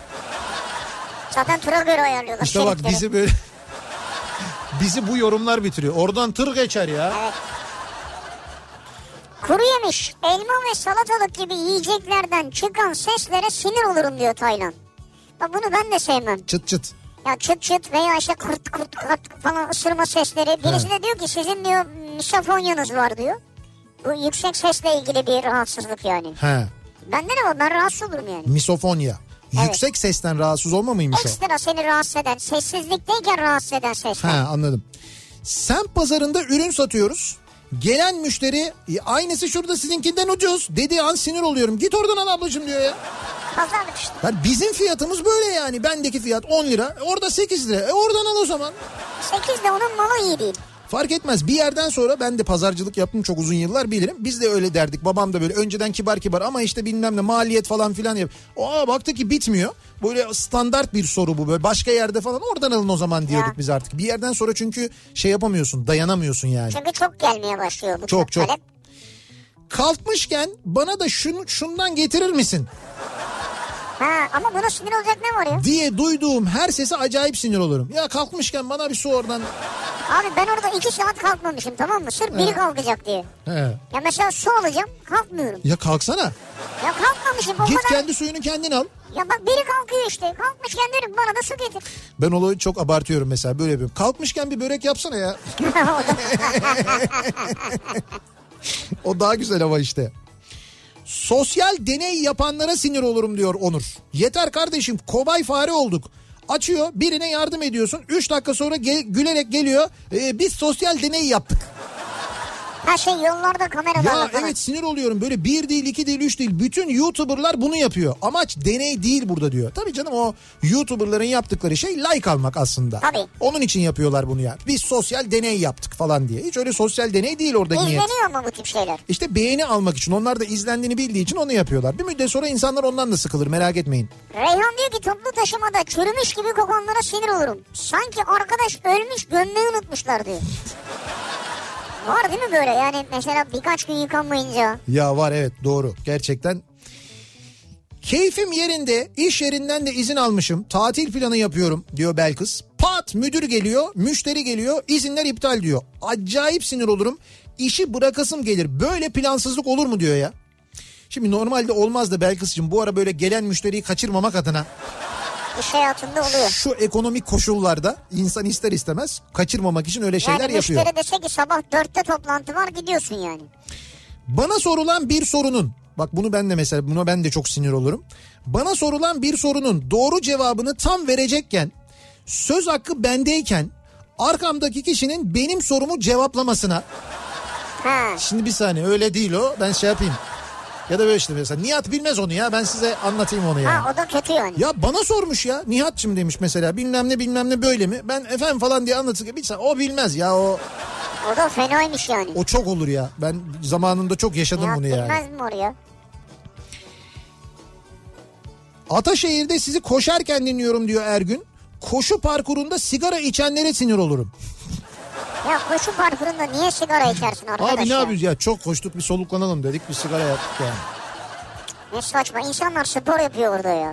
Zaten tura göre ayarlıyorlar İşte bak şeritleri. bizi böyle bizi bu yorumlar bitiriyor. Oradan tır geçer ya. Evet. Kuru yemiş, elma ve salatalık gibi yiyeceklerden çıkan seslere sinir olurum diyor Taylan. Bak bunu ben de sevmem. Çıt çıt. Ya çıt çıt veya işte kırt kırt kırt falan ısırma sesleri. Birisi de diyor ki sizin diyor misofonyanız var diyor. Bu yüksek sesle ilgili bir rahatsızlık yani. He. Bende de var, ben rahatsız olurum yani. Misofonya. Evet. Yüksek sesten rahatsız olma mıymış o? Ekstra seni rahatsız eden, sessizlikteyken rahatsız eden sesler. He, anladım. Semt pazarında ürün satıyoruz. Gelen müşteri aynısı şurada sizinkinden ucuz dediği an sinir oluyorum. Git oradan al ablacığım diyor ya. Pazarlık işte. Yani bizim fiyatımız böyle yani. Bendeki fiyat 10 lira. Orada 8 lira. Oradan al o zaman. 8 de onun malı iyi değil. Fark etmez. Bir yerden sonra ben de pazarcılık yaptım çok uzun yıllar, bilirim. Biz de öyle derdik. Babam da böyle önceden kibar ama işte bilmem ne maliyet falan filan yap. Baktı ki bitmiyor. Böyle standart bir soru bu, böyle başka yerde falan oradan alın o zaman diyorduk biz artık. Bir yerden sonra çünkü şey yapamıyorsun, dayanamıyorsun yani. Çünkü çok gelmeye başlıyor bu çok. talep. Kalkmışken bana da şundan getirir misin? Ha, ama buna sinir olacak ne var ya? Diye duyduğum her sese acayip sinir olurum. Ya kalkmışken bana bir su oradan. Abi ben orada 2 saat kalkmamışım, tamam mı? Sırf biri kalkacak diye. He. Ya mesela su alacağım, kalkmıyorum. Ya kalksana. Ya kalkmamışım o Git kadar. kendi suyunu kendin al. Ya bak biri kalkıyor işte. Kalkmışken derim bana da su getir. Ben olayı çok abartıyorum mesela, böyle yapıyorum. Kalkmışken bir börek yapsana ya. O daha güzel ama işte. Sosyal deney yapanlara sinir olurum diyor Onur. Yeter kardeşim, kobay fare olduk. Açıyor, birine yardım ediyorsun. 3 dakika sonra gülerek geliyor. Biz sosyal deney yaptık. Her şey yollarda kameralarla Ya falan. evet, sinir oluyorum. Böyle 1 değil, 2 değil, 3 değil. Bütün YouTuber'lar bunu yapıyor. Amaç deney değil burada diyor. Tabii canım, o YouTuber'ların yaptıkları şey like almak aslında. Tabii. Onun için yapıyorlar bunu ya. Biz sosyal deney yaptık falan diye. Hiç öyle sosyal deney değil oradaki niyet. İzleniyor mu bu tip şeyler? İşte beğeni almak için, onlar da izlendiğini bildiği için onu yapıyorlar. Bir müddet sonra insanlar ondan da sıkılır, merak etmeyin. Reyhan diyor ki toplu taşımada çürümüş gibi kokanlara sinir olurum. Sanki arkadaş ölmüş, gömleği unutmuşlar diyor. Var değil mi böyle, yani mesela birkaç gün yıkanmayınca? Ya var, evet, doğru gerçekten. Keyfim yerinde, iş yerinden de izin almışım, tatil planı yapıyorum diyor Belkıs. Pat, müdür geliyor, müşteri geliyor, izinler iptal diyor. Acayip sinir olurum, işi bırakasım gelir. Böyle plansızlık olur mu diyor ya. Şimdi normalde olmaz da Belkıs'cığım, bu ara böyle gelen müşteriyi kaçırmamak adına. İş hayatında oluyor. Şu ekonomik koşullarda insan ister istemez kaçırmamak için öyle şeyler yani yapıyor. Yani müşteri dese ki sabah 4'te toplantı var, gidiyorsun yani. Bana sorulan bir sorunun Bak bunu ben de mesela, buna ben de çok sinir olurum. Bana sorulan bir sorunun doğru cevabını tam verecekken, söz hakkı bendeyken arkamdaki kişinin benim sorumu cevaplamasına. Şimdi bir saniye, öyle değil o, ben şey yapayım. Ya da böyle işte mesela Nihat bilmez onu ya, ben size anlatayım onu ya. O da kötü yani. Ya bana sormuş ya, Nihat'cığım demiş mesela, bilmem ne böyle mi? Ben efendim falan diye anlatırken o bilmez ya o. O da fenaymış yani. O çok olur ya, ben zamanında çok yaşadım Nihat bunu yani. bilmez mi oraya? Ataşehir'de sizi koşarken dinliyorum diyor Ergün. Koşu parkurunda sigara içenlere sinir olurum. Ya koşu parkurunda niye sigara içersin arkadaş? Abi ne yapıyoruz ya, çok koştuk, bir soluklanalım dedik, bir sigara yaptık yani. Ne saçma, insanlar spor yapıyor orada ya.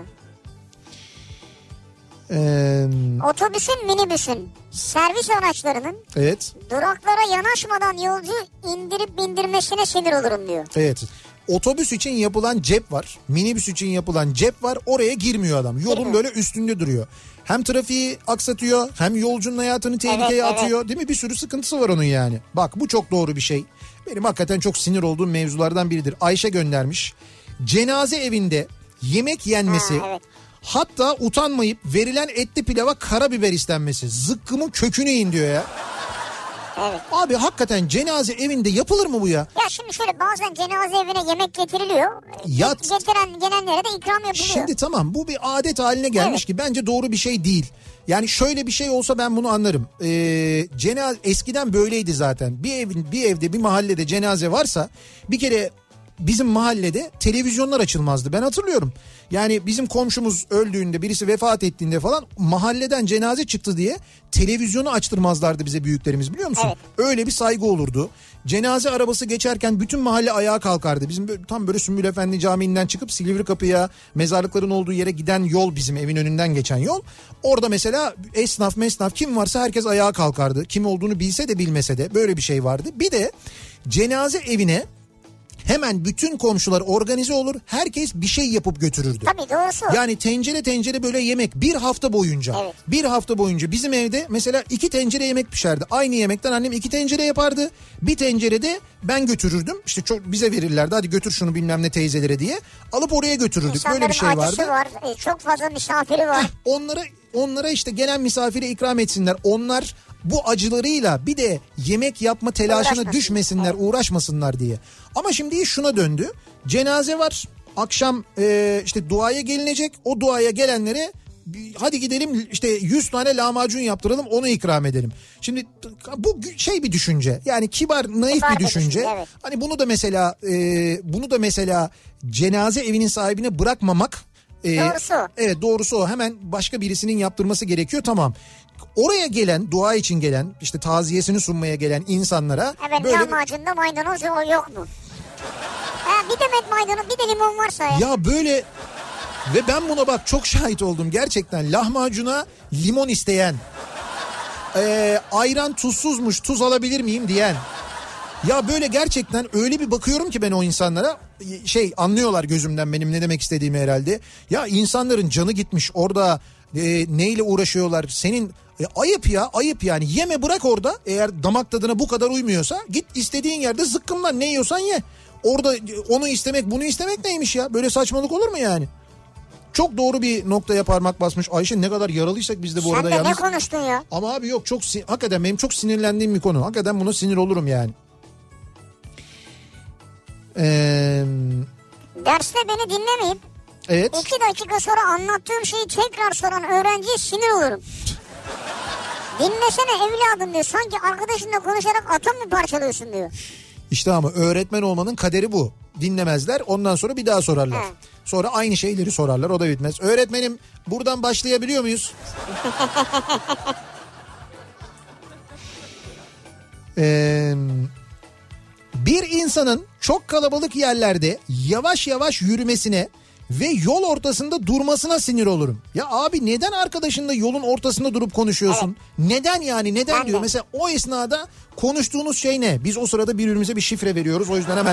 Otobüsün, minibüsün, servis araçlarının Evet. duraklara yanaşmadan yolcu indirip bindirmesine sinir olurum diyor. Evet. Otobüs için yapılan cep var. Minibüs için yapılan cep var. Oraya girmiyor adam. Yolun böyle üstünde duruyor. Hem trafiği aksatıyor, hem yolcunun hayatını tehlikeye atıyor. Değil mi? Bir sürü sıkıntısı var onun yani. Bak bu çok doğru bir şey. Benim hakikaten çok sinir olduğum mevzulardan biridir. Ayşe göndermiş. Cenaze evinde yemek yenmesi, hatta utanmayıp verilen etli pilava karabiber istenmesi. Zıkkımın kökünü in diyor ya. Evet. Abi hakikaten cenaze evinde yapılır mı bu ya? Ya şimdi şöyle, bazen cenaze evine yemek getiriliyor. Gelenlere de ikram yapılıyor. Şimdi tamam, bu bir adet haline gelmiş ki bence doğru bir şey değil. Yani şöyle bir şey olsa ben bunu anlarım. Eskiden böyleydi zaten. Bir evde, bir mahallede cenaze varsa bir kere bizim mahallede televizyonlar açılmazdı. Ben hatırlıyorum. Yani bizim komşumuz öldüğünde, birisi vefat ettiğinde falan mahalleden cenaze çıktı diye televizyonu açtırmazlardı bize büyüklerimiz, biliyor musun? Evet. Öyle bir saygı olurdu. Cenaze arabası geçerken bütün mahalle ayağa kalkardı. Bizim tam böyle Sümbül Efendi Camii'nden çıkıp Silivri Kapı'ya, mezarlıkların olduğu yere giden yol, bizim evin önünden geçen yol. Orada mesela esnaf kim varsa herkes ayağa kalkardı. Kim olduğunu bilse de bilmese de böyle bir şey vardı. Bir de cenaze evine hemen bütün komşular organize olur. Herkes bir şey yapıp götürürdü. Tabii, doğrusu. Yani tencere böyle yemek bir hafta boyunca. Evet. Bir hafta boyunca bizim evde mesela 2 tencere yemek pişerdi. Aynı yemekten annem 2 tencere yapardı. Bir tencerede ben götürürdüm. İşte çok bize verirlerdi. Hadi götür şunu bilmem ne teyzelere diye. Alıp oraya götürürdük. İnsanların böyle bir şey vardı. var. Çok fazla misafiri var. Onlara işte gelen misafire ikram etsinler. Onlar bu acılarıyla bir de yemek yapma telaşına düşmesinler, uğraşmasınlar diye. Ama şimdi şuna döndü. Cenaze var. Akşam işte duaya gelinecek. O duaya gelenlere hadi gidelim işte 100 tane lahmacun yaptıralım, onu ikram edelim. Şimdi bu şey bir düşünce. Yani kibar, naif bir düşünce. Evet. Hani bunu da mesela cenaze evinin sahibine bırakmamak. Doğrusu. Evet, doğrusu o. Hemen başka birisinin yaptırması gerekiyor, tamam. Oraya gelen, dua için gelen, işte taziyesini sunmaya gelen insanlara... Evet, böyle... lahmacunda maydanoz yok mu? Bir demet maydanoz, bir de limon varsa ya. Ya böyle... Ve ben buna bak çok şahit oldum gerçekten. Lahmacuna limon isteyen, ayran tuzsuzmuş, tuz alabilir miyim diyen. Ya böyle gerçekten öyle bir bakıyorum ki ben o insanlara, anlıyorlar gözümden benim ne demek istediğimi herhalde. Ya insanların canı gitmiş orada, neyle uğraşıyorlar senin, ayıp ya, ayıp yani. Yeme, bırak orada, eğer damak tadına bu kadar uymuyorsa git istediğin yerde zıkkımlan, ne yiyorsan ye. Orada onu istemek, bunu istemek neymiş ya, böyle saçmalık olur mu yani? Çok doğru bir noktaya parmak basmış Ayşe, ne kadar yaralıysak biz de bu arada. Sen de yalnız... ne konuştun ya? Ama abi yok, hakikaten benim çok sinirlendiğim bir konu, hakikaten buna sinir olurum yani. Derste beni dinlemeyip 2 dakika sonra anlattığım şeyi tekrar soran öğrenciye sinir olurum. Dinlesene evladım diyor. Sanki arkadaşınla konuşarak atom mu parçalıyorsun diyor. İşte ama öğretmen olmanın kaderi bu. Dinlemezler, ondan sonra bir daha sorarlar. He. Sonra aynı şeyleri sorarlar, o da bitmez. Öğretmenim, buradan başlayabiliyor muyuz? Bir insanın çok kalabalık yerlerde yavaş yavaş yürümesine ve yol ortasında durmasına sinir olurum. Ya abi neden arkadaşınla yolun ortasında durup konuşuyorsun? Evet. Neden yani, neden diyor. Mesela o esnada konuştuğunuz şey ne? Biz o sırada birbirimize bir şifre veriyoruz, o yüzden hemen...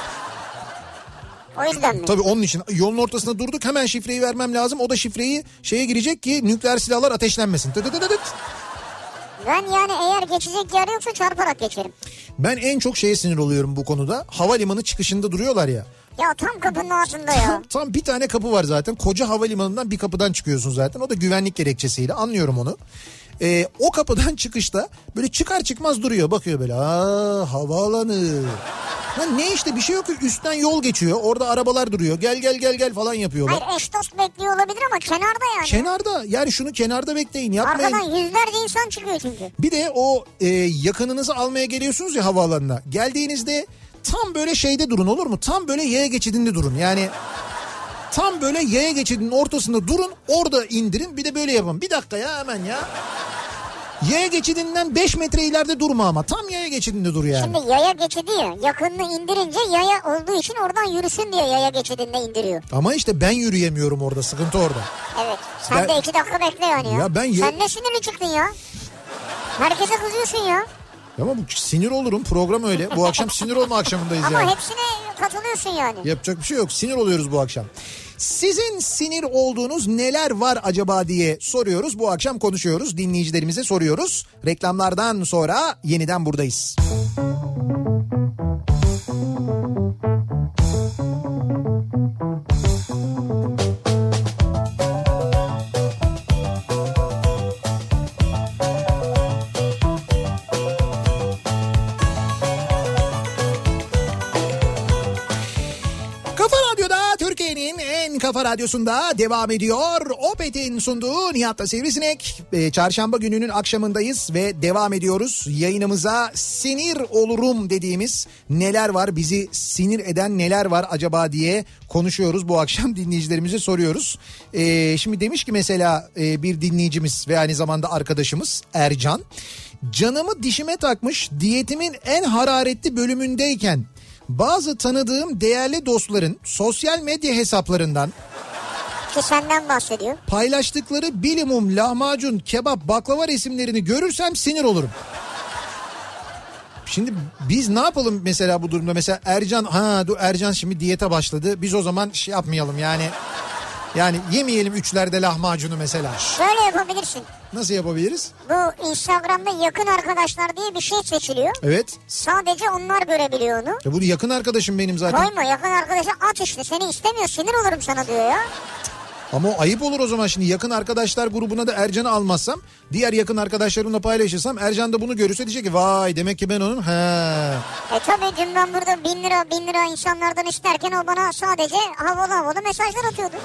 O yüzden mi? Tabii onun için yolun ortasında durduk, hemen şifreyi vermem lazım. O da şifreyi girecek ki nükleer silahlar ateşlenmesin. Ben yani eğer geçecek yer yoksa çarparak geçerim. Ben en çok sinir oluyorum bu konuda. Havalimanı çıkışında duruyorlar ya. Ya tam kapının ağzında ya. Tam bir tane kapı var zaten. Koca havalimanından bir kapıdan çıkıyorsun zaten. O da güvenlik gerekçesiyle, anlıyorum onu. O kapıdan çıkışta böyle çıkar çıkmaz duruyor, bakıyor böyle. Havaalanı. Lan ne işte, bir şey yok ki, üstten yol geçiyor. Orada arabalar duruyor. Gel falan yapıyorlar. Hayır, eş dost bekliyor olabilir ama kenarda yani. Kenarda, yani şunu kenarda bekleyin, yapmayın. Arkadan yüzlerce insan çıkıyor çünkü. Bir de o yakınınızı almaya geliyorsunuz ya havaalanına. Geldiğinizde tam böyle şeyde durun, olur mu? Tam böyle yaya geçidinde durun. Yani tam böyle yaya geçidinin ortasında durun, orada indirin. Bir de böyle yapın. Bir dakika ya, hemen ya. Yaya geçidinden 5 metre ileride durma ama. Tam yaya geçidinde dur yani. Şimdi yaya geçidi ya. Yakınını indirince yaya olduğu için oradan yürüsün diye yaya geçidinde indiriyor. Ama işte ben yürüyemiyorum orada. Sıkıntı orada. Evet. Sen de 2 dakika bekle yani ya. Sen ne sinirli çıktın ya? Herkese kızıyorsun ya. Ama bu sinir olurum, program öyle. Bu akşam sinir olma akşamındayız yani. Ama hepsine katılıyorsun yani. Yapacak bir şey yok. Sinir oluyoruz bu akşam. Sizin sinir olduğunuz neler var acaba diye soruyoruz. Bu akşam konuşuyoruz. Dinleyicilerimize soruyoruz. Reklamlardan sonra yeniden buradayız. Kafa Radyosu'nda devam ediyor. Opet'in sunduğu Nihat'la Sivrisinek. Çarşamba gününün akşamındayız ve devam ediyoruz. Yayınımıza sinir olurum dediğimiz neler var, bizi sinir eden neler var acaba diye konuşuyoruz. Bu akşam dinleyicilerimize soruyoruz. Şimdi demiş ki mesela bir dinleyicimiz ve aynı zamanda arkadaşımız Ercan. Canımı dişime takmış, diyetimin en hararetli bölümündeyken bazı tanıdığım değerli dostların sosyal medya hesaplarından ki senden bahsediyor, paylaştıkları bilimum, lahmacun, kebap, baklava resimlerini görürsem sinir olurum. Şimdi biz ne yapalım mesela bu durumda? Mesela Ercan, Ercan şimdi diyete başladı. Biz o zaman şey yapmayalım yani. Yani yemeyelim üçlerde lahmacunu mesela. Şöyle yapabilirsin. Nasıl yapabiliriz? Bu Instagram'da yakın arkadaşlar diye bir şey seçiliyor. Evet. Sadece onlar görebiliyor onu. Ya bu yakın arkadaşım benim zaten. Koyma, yakın arkadaşa at işte, seni istemiyor, sinir olurum sana diyor ya. Ama o ayıp olur o zaman, şimdi yakın arkadaşlar grubuna da Ercan'ı almazsam, diğer yakın arkadaşlarımla paylaşırsam, Ercan da bunu görürse diyecek ki vay demek ki ben onun tabii dün ben burada 1000 lira insanlardan isterken o bana sadece havalı mesajlar atıyordu.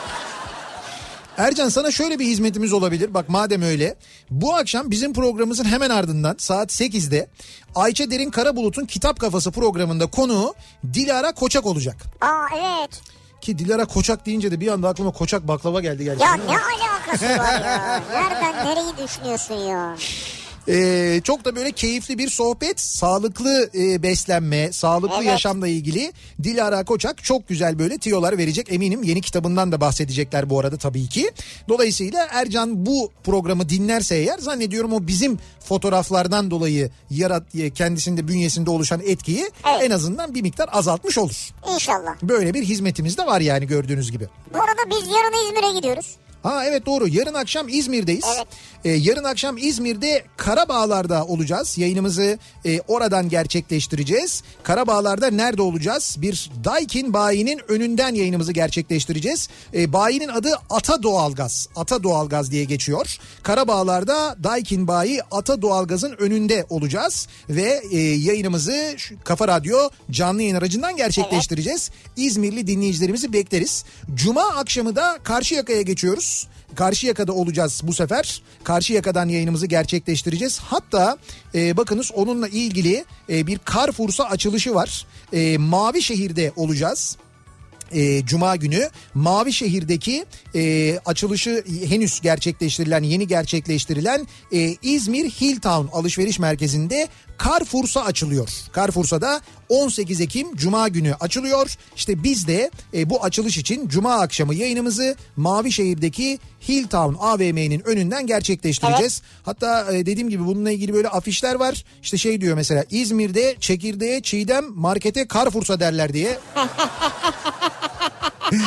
Ercan, sana şöyle bir hizmetimiz olabilir. Bak madem öyle, bu akşam bizim programımızın hemen ardından saat 8'de Ayça Derin Karabulut'un Kitap Kafası programında konuğu Dilara Koçak olacak. Evet. Ki Dilara Koçak deyince de bir anda aklıma Koçak baklava geldi gerçekten. Ya ne alakası var ya? Nereden nereyi düşünüyorsun ya? Çok da böyle keyifli bir sohbet, sağlıklı beslenme, sağlıklı yaşamla ilgili Dilara Koçak çok güzel böyle tiyolar verecek. Eminim yeni kitabından da bahsedecekler bu arada tabii ki. Dolayısıyla Ercan bu programı dinlerse eğer, zannediyorum o bizim fotoğraflardan dolayı kendisinde bünyesinde oluşan etkiyi en azından bir miktar azaltmış olur. İnşallah. Böyle bir hizmetimiz de var yani, gördüğünüz gibi. Bu arada biz yarın İzmir'e gidiyoruz. Evet doğru, yarın akşam İzmir'deyiz. Evet. Yarın akşam İzmir'de Karabağlar'da olacağız. Yayınımızı oradan gerçekleştireceğiz. Karabağlar'da nerede olacağız? Bir Daikin bayinin önünden yayınımızı gerçekleştireceğiz. Bayinin adı Ata Doğalgaz. Ata Doğalgaz diye geçiyor. Karabağlar'da Daikin bayi Ata Doğalgaz'ın önünde olacağız. Ve yayınımızı Kafa Radyo canlı yayın aracından gerçekleştireceğiz. İzmirli dinleyicilerimizi bekleriz. Cuma akşamı da Karşıyaka'ya geçiyoruz. Karşıyaka'da olacağız bu sefer. Karşıyaka'dan yayınımızı gerçekleştireceğiz. Hatta bakınız onunla ilgili bir Carrefour'sa açılışı var. Mavişehir'de olacağız. Cuma günü Mavişehir'deki açılışı henüz yeni gerçekleştirilen İzmir Hilltown alışveriş merkezinde Carrefour'sa açılıyor. Carrefour'sa 18 Ekim Cuma günü açılıyor. İşte biz de bu açılış için Cuma akşamı yayınımızı Mavişehir'deki Hilltown AVM'nin önünden gerçekleştireceğiz. Evet. Hatta dediğim gibi bununla ilgili böyle afişler var. İşte şey diyor mesela, İzmir'de çekirdeğe çiğdem, markete Carrefour'sa derler diye.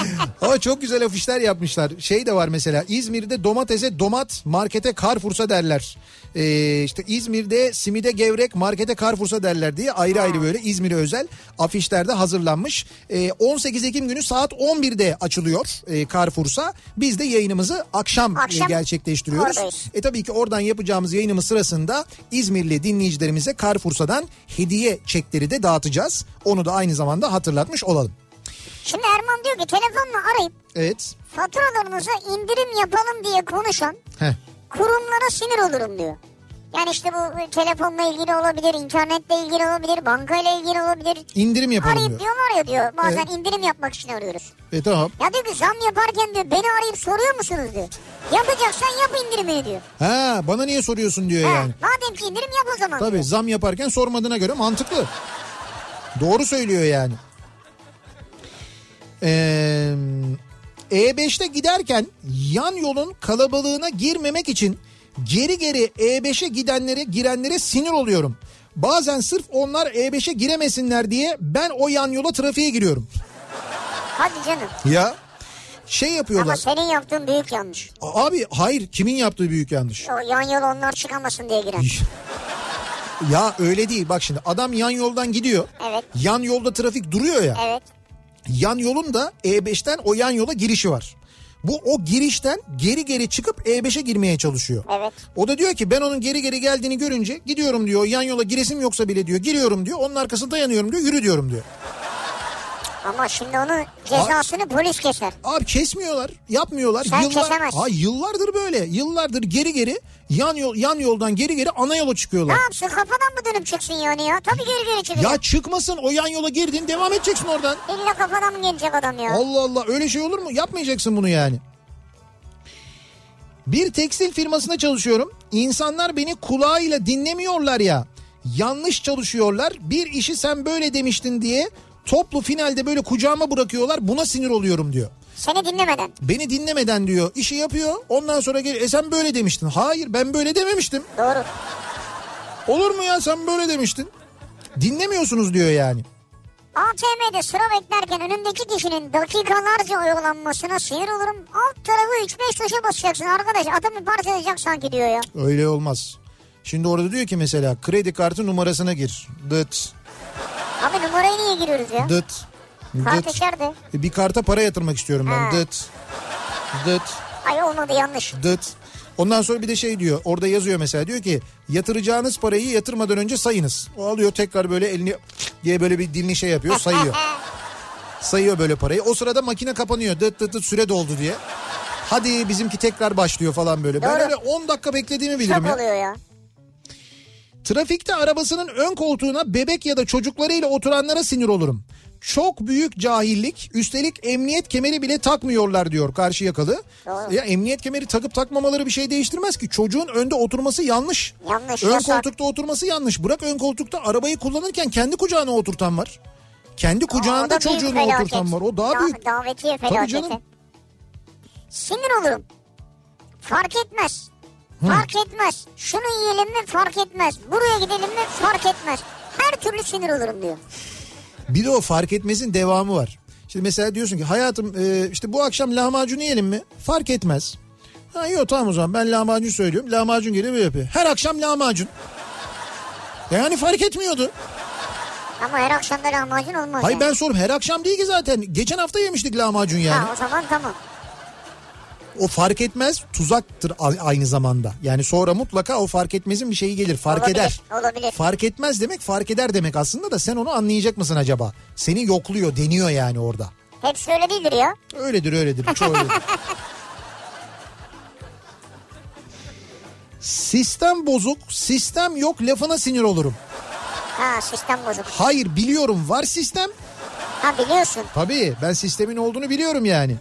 Ama çok güzel afişler yapmışlar. Şey de var mesela, İzmir'de domatese domat, markete Carrefour'sa derler. İşte İzmir'de simide gevrek, markete Carrefour'sa derler diye ayrı ayrı böyle İzmir'e özel afişlerde hazırlanmış. 18 Ekim günü saat 11'de açılıyor Carrefour'sa. Biz de yayınımızı akşam gerçekleştiriyoruz. Tabii ki oradan yapacağımız yayınımız sırasında İzmirli dinleyicilerimize Carrefour'sadan hediye çekleri de dağıtacağız. Onu da aynı zamanda hatırlatmış olalım. Şimdi Erman diyor ki telefonla arayıp evet, faturalarınıza indirim yapalım diye konuşan kurumlara sinir olurum diyor. Yani işte bu telefonla ilgili olabilir, internetle ilgili olabilir, bankayla ilgili olabilir. İndirim yapalım arayıp diyor. Diyorlar ya diyor bazen indirim yapmak için arıyoruz. Tamam. Ya diyor ki zam yaparken diyor beni arayıp soruyor musunuz diyor. Yapacaksan yap indirimini diyor. Bana niye soruyorsun diyor yani. Madem ki indirim yap o zaman. Tabii diyor. Zam yaparken sormadığına göre mantıklı. Doğru söylüyor yani. E5'te giderken yan yolun kalabalığına girmemek için geri E5'e girenlere sinir oluyorum. Bazen sırf onlar E5'e giremesinler diye ben o yan yola trafiğe giriyorum. Hadi canım. Ya şey yapıyorlar. Ama senin yaptığın büyük yanlış. Abi hayır, kimin yaptığı büyük yanlış? O yan yol onlar çıkamasın diye giren. Ya öyle değil, bak şimdi adam yan yoldan gidiyor. Evet. Yan yolda trafik duruyor ya. Evet. Yan yolun da E5'ten o yan yola girişi var. Bu o girişten geri çıkıp E5'e girmeye çalışıyor. Evet. O da diyor ki ben onun geri geldiğini görünce gidiyorum diyor. Yan yola giresim yoksa bile diyor giriyorum diyor. Onun arkasında dayanıyorum diyor, yürü diyorum diyor. Ama şimdi onun cezasını polis keser. Abi kesmiyorlar, yapmıyorlar. Sen kesemezsin. Yıllardır böyle. Yıllardır geri yan yoldan geri ana yola çıkıyorlar. Ne yapsın, kafadan mı dönüp çıksın yani ya? Tabii geri çıkacak. Ya çıkmasın, o yan yola girdin, devam edeceksin oradan. İlla kafadan mı gelecek adam ya? Allah Allah, öyle şey olur mu? Yapmayacaksın bunu yani. Bir tekstil firmasında çalışıyorum. İnsanlar beni kulağıyla dinlemiyorlar ya. Yanlış çalışıyorlar. Bir işi sen böyle demiştin diye toplu finalde böyle kucağıma bırakıyorlar. Buna sinir oluyorum diyor. Seni dinlemeden. Beni dinlemeden diyor. İşi yapıyor. Ondan sonra geliyor. Sen böyle demiştin. Hayır, ben böyle dememiştim. Doğru. Olur mu ya, sen böyle demiştin. Dinlemiyorsunuz diyor yani. ATM'de sıra beklerken önündeki kişinin dakikalarca oyalanmasına sinir olurum. Alt tarafı 3-5 tuşa basacaksın arkadaş. Adamı parçalayacak sanki diyor ya. Öyle olmaz. Şimdi orada diyor ki mesela kredi kartı numarasına gir. Dıt. Abi numarayı niye giriyoruz ya? Dıt. Kart içeride. Bir karta para yatırmak istiyorum ben. Dıt. Dıt. Ay olmadı, yanlış. Dıt. Ondan sonra bir de şey diyor. Orada yazıyor mesela, diyor ki yatıracağınız parayı yatırmadan önce sayınız. O alıyor tekrar böyle elini diye böyle bir dilini şey yapıyor, sayıyor. Sayıyor böyle parayı. O sırada makine kapanıyor. Dıt dıt dıt, süre doldu diye. Hadi bizimki tekrar başlıyor falan böyle. Doğru. Ben öyle 10 dakika beklediğimi bilirim Çok ya. oluyor ya. Trafikte arabasının ön koltuğuna bebek ya da çocuklarıyla oturanlara sinir olurum. Çok büyük cahillik, üstelik emniyet kemeri bile takmıyorlar diyor Karşıyakalı. Doğru. Ya emniyet kemeri takıp takmamaları bir şey değiştirmez ki. Çocuğun önde oturması yanlış. Yanlış, ön yasak. koltukta oturması yanlış. Bırak ön koltukta, arabayı kullanırken kendi kucağına oturtan var. Kendi kucağında çocuğunu oturtan var. O daha büyük. Davetiye Tabii felaketi. canım. Sinir olurum. Fark etmez. Fark etmez. Şunu yiyelim mi fark etmez. Buraya gidelim mi fark etmez. Her türlü sinir olurum diyor. Bir de o fark etmezin devamı var. Şimdi mesela diyorsun ki hayatım işte bu akşam lahmacun yiyelim mi? Fark etmez. Ha yok, tamam o zaman ben lahmacun söylüyorum. Lahmacun geliyor böyle yapıyor. Her akşam lahmacun. Yani fark etmiyordu. Ama her akşam da lahmacun olmaz. Hayır yani. ben sorum, her akşam değil ki zaten. Geçen hafta yemiştik lahmacun yani. Ha, o zaman tamam. O fark etmez tuzaktır aynı zamanda. Yani sonra mutlaka o fark etmezin bir şeyi gelir. Fark Olabilir, eder. olabilir. Fark etmez demek fark eder demek aslında da sen onu anlayacak mısın acaba? Seni yokluyor, deniyor yani orada. Hepsi öyle değildir ya. Öyledir. Çoğu öyledir. Sistem bozuk, sistem yok lafına sinir olurum. Ha, sistem bozuk. Hayır, biliyorum var sistem. Ha, biliyorsun. Tabii ben sistemin olduğunu biliyorum yani.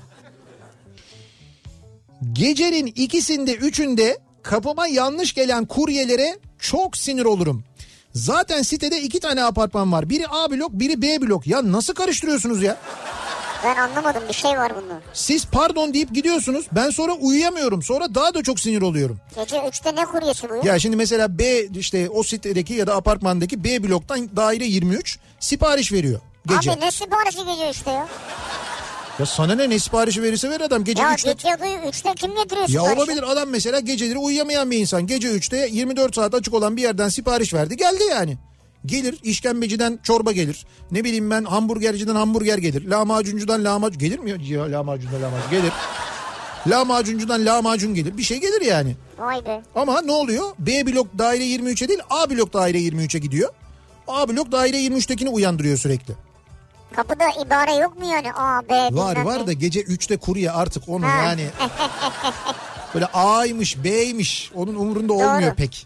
Gecenin 2'sinde 3'ünde kapıma yanlış gelen kuryelere çok sinir olurum. Zaten sitede 2 tane apartman var. Biri A blok, biri B blok. Ya nasıl karıştırıyorsunuz ya? Ben anlamadım, bir şey var bunda. Siz pardon deyip gidiyorsunuz. Ben sonra uyuyamıyorum. Sonra daha da çok sinir oluyorum. Gece 3'te ne kuryesi bu ya? Ya şimdi mesela B, işte o sitedeki ya da apartmandaki B bloktan daire 23 sipariş veriyor gece. Abi ne siparişi gece işte ya? Ya sana ne siparişi verirse ver adam gece 3'te. Ya gece 3'te kim getiriyor Ya siparişi? olabilir, adam mesela geceleri uyuyamayan bir insan. Gece 3'te 24 saat açık olan bir yerden sipariş verdi, geldi yani. Gelir, işkembeciden çorba gelir. Ne bileyim ben, hamburgerciden hamburger gelir. Lahmacuncudan lahmacun gelir mi ya? Lahmacundan lahmacun gelir. Lahmacuncudan lahmacun gelir. Bir şey gelir yani. Vay be. Ama ne oluyor? B blok daire 23'e değil, A blok daire 23'e gidiyor. A blok daire 23'tekini uyandırıyor sürekli. Kapıda ibare yok mu yani? A, B, Var da gece 3'te kurye artık onu yani. Böyle A'ymış, B'ymiş. Onun umurunda olmuyor. Doğru. Pek.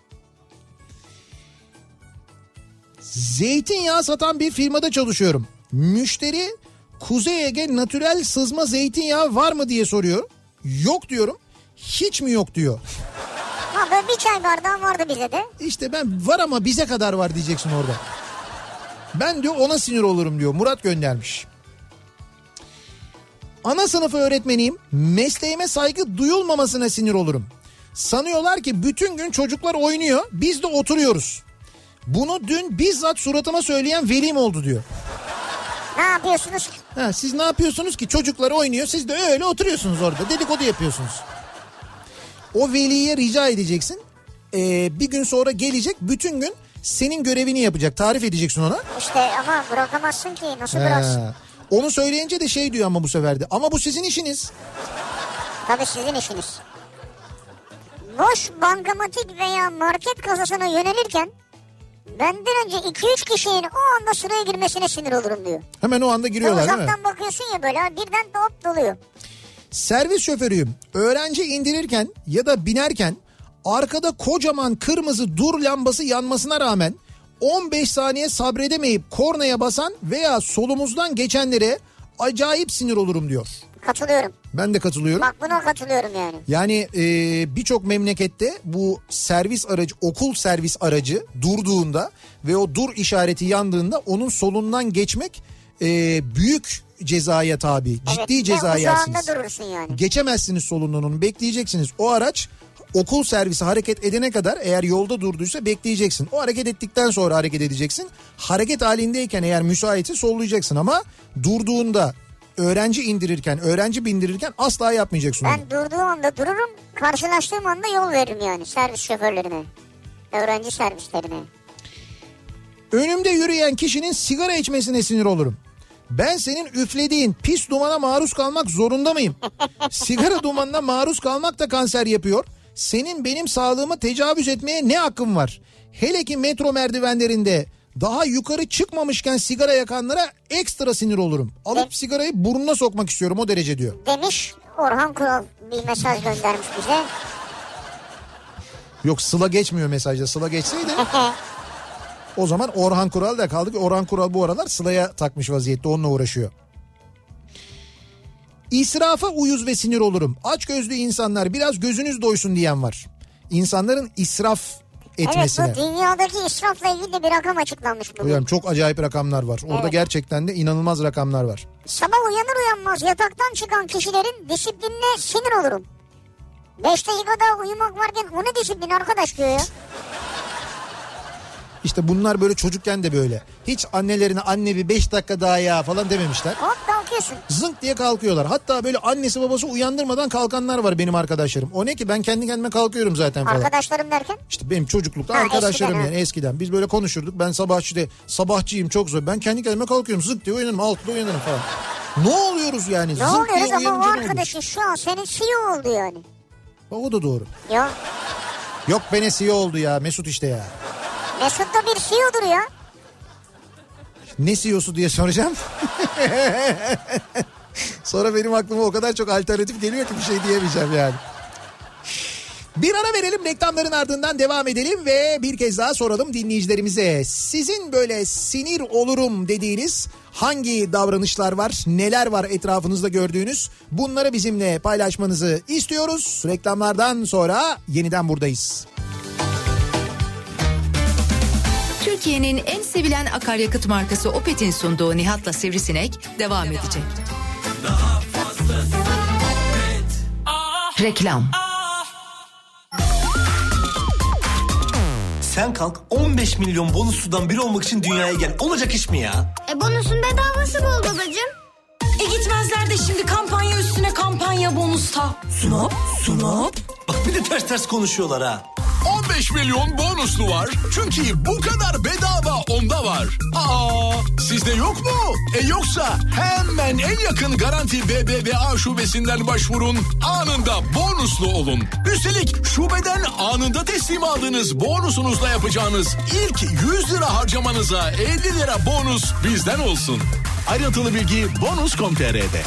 Zeytinyağı satan bir firmada çalışıyorum. Müşteri Kuzey Ege natürel sızma zeytinyağı var mı diye soruyor. Yok diyorum. Hiç mi yok diyor. Ha böyle bir çay bardağı vardı bize de. İşte ben var ama bize kadar var diyeceksin orada. Ben diyor ona sinir olurum diyor. Murat göndermiş. Ana sınıfı öğretmeniyim. Mesleğime saygı duyulmamasına sinir olurum. Sanıyorlar ki bütün gün çocuklar oynuyor. Biz de oturuyoruz. Bunu dün bizzat suratıma söyleyen velim oldu diyor. Ne yapıyorsunuz? Siz ne yapıyorsunuz ki? Çocuklar oynuyor. Siz de öyle oturuyorsunuz orada. Dedikodu yapıyorsunuz. O veliye rica edeceksin. Bir gün sonra gelecek. Bütün gün senin görevini yapacak. Tarif edeceksin ona. İşte ama bırakamazsın ki. Nasıl bıraksın? Onu söyleyince de şey diyor ama bu sefer de. Ama bu sizin işiniz. Tabii sizin işiniz. Boş bankamatik veya market kasasına yönelirken benden önce 2-3 kişinin o anda sıraya girmesine sinir olurum diyor. Hemen o anda giriyorlar değil mi? Uzaktan bakıyorsun ya böyle birden hop doluyor. Servis şoförüyüm. Öğrenci indirirken ya da binerken arkada kocaman kırmızı dur lambası yanmasına rağmen 15 saniye sabredemeyip kornaya basan veya solumuzdan geçenlere acayip sinir olurum diyor. Katılıyorum. Ben de katılıyorum. Bak buna katılıyorum yani. Yani birçok memlekette bu servis aracı, okul servis aracı durduğunda ve o dur işareti yandığında onun solundan geçmek büyük cezaya tabi. Evet, ciddi ceza yersiniz. Durursun yani. Geçemezsiniz solundan, onu bekleyeceksiniz. O araç okul servisi hareket edene kadar eğer yolda durduysa bekleyeceksin. O hareket ettikten sonra hareket edeceksin. Hareket halindeyken eğer müsaitse sollayacaksın ama durduğunda öğrenci indirirken, öğrenci bindirirken asla yapmayacaksın onu. Ben durduğum anda dururum, karşılaştığım anda yol veririm yani servis şoförlerine, öğrenci servislerine. Önümde yürüyen kişinin sigara içmesine sinir olurum. Ben senin üflediğin pis dumana maruz kalmak zorunda mıyım? Sigara dumanına maruz kalmak da kanser yapıyor. Senin benim sağlığıma tecavüz etmeye ne hakkın var? Hele ki metro merdivenlerinde daha yukarı çıkmamışken sigara yakanlara ekstra sinir olurum. Alıp sigarayı burnuna sokmak istiyorum, o derece diyor. Demiş Orhan Kural, bir mesaj göndermiş bize. Yok, Sıla geçmiyor mesajda. Sıla geçseydi o zaman Orhan Kural da kaldı ki Orhan Kural bu aralar Sıla'ya takmış vaziyette, onunla uğraşıyor. İsrafa uyuz ve sinir olurum. Açgözlü insanlar biraz gözünüz doysun diyen var. İnsanların israf etmesine. Evet, bu dünyadaki israfla ilgili de bir rakam açıklanmış bugün. Hocam çok acayip rakamlar var. Orada gerçekten de inanılmaz rakamlar var. Sabah uyanır uyanmaz yataktan çıkan kişilerin disiplinine sinir olurum. 5 dakika daha uyumak varken o ne disiplin arkadaş diyor ya. İşte bunlar böyle çocukken de böyle. Hiç annelerine anne bir 5 dakika daha ya falan dememişler. Hop kalkıyorsun. Zınk diye kalkıyorlar. Hatta böyle annesi babası uyandırmadan kalkanlar var benim arkadaşlarım. O ne ki, ben kendi kendime kalkıyorum zaten falan. Arkadaşlarım derken? İşte benim çocuklukta arkadaşlarım eskiden, yani eskiden. Biz böyle konuşurduk. Ben sabahçıyım çok zor. Ben kendi kendime kalkıyorum. Zınk diye uyanırım. 6'da uyanırım falan. Ne oluyoruz yani? Ne Zınk oluyoruz diye ama o arkadaşın şu an senin CEO oldu yani. O da doğru. Yok. Yok beni CEO oldu ya Mesut işte ya. Mesut da bir CEO'dur ya. Ne CEO'su diye soracağım. Sonra benim aklıma o kadar çok alternatif geliyor ki bir şey diyemeyeceğim yani. Bir ara verelim, reklamların ardından devam edelim ve bir kez daha soralım dinleyicilerimize. Sizin böyle sinir olurum dediğiniz hangi davranışlar var, neler var etrafınızda gördüğünüz, bunları bizimle paylaşmanızı istiyoruz. Reklamlardan sonra yeniden buradayız. Türkiye'nin en sevilen akaryakıt markası Opet'in sunduğu Nihat'la Sivrisinek devam edecek. Daha fazlası Opet. Reklam. Sen kalk 15 milyon bonusludan biri olmak için dünyaya gel. Olacak iş mi ya? Bonusun bedavası bol babacığım. Gitmezler de şimdi kampanya üstüne kampanya bonusta. Sunop, sunop. Bak bir de ters ters konuşuyorlar ha. 15 milyon bonuslu var. Çünkü bu kadar bedava onda var. Aa, sizde yok mu? Yoksa hemen en yakın Garanti BBVA şubesinden başvurun. Anında bonuslu olun. Üstelik şubeden anında teslim aldığınız bonusunuzla yapacağınız ilk 100 lira harcamanıza 50 lira bonus bizden olsun. Ayrıntılı bilgi bonus.com.tr'de.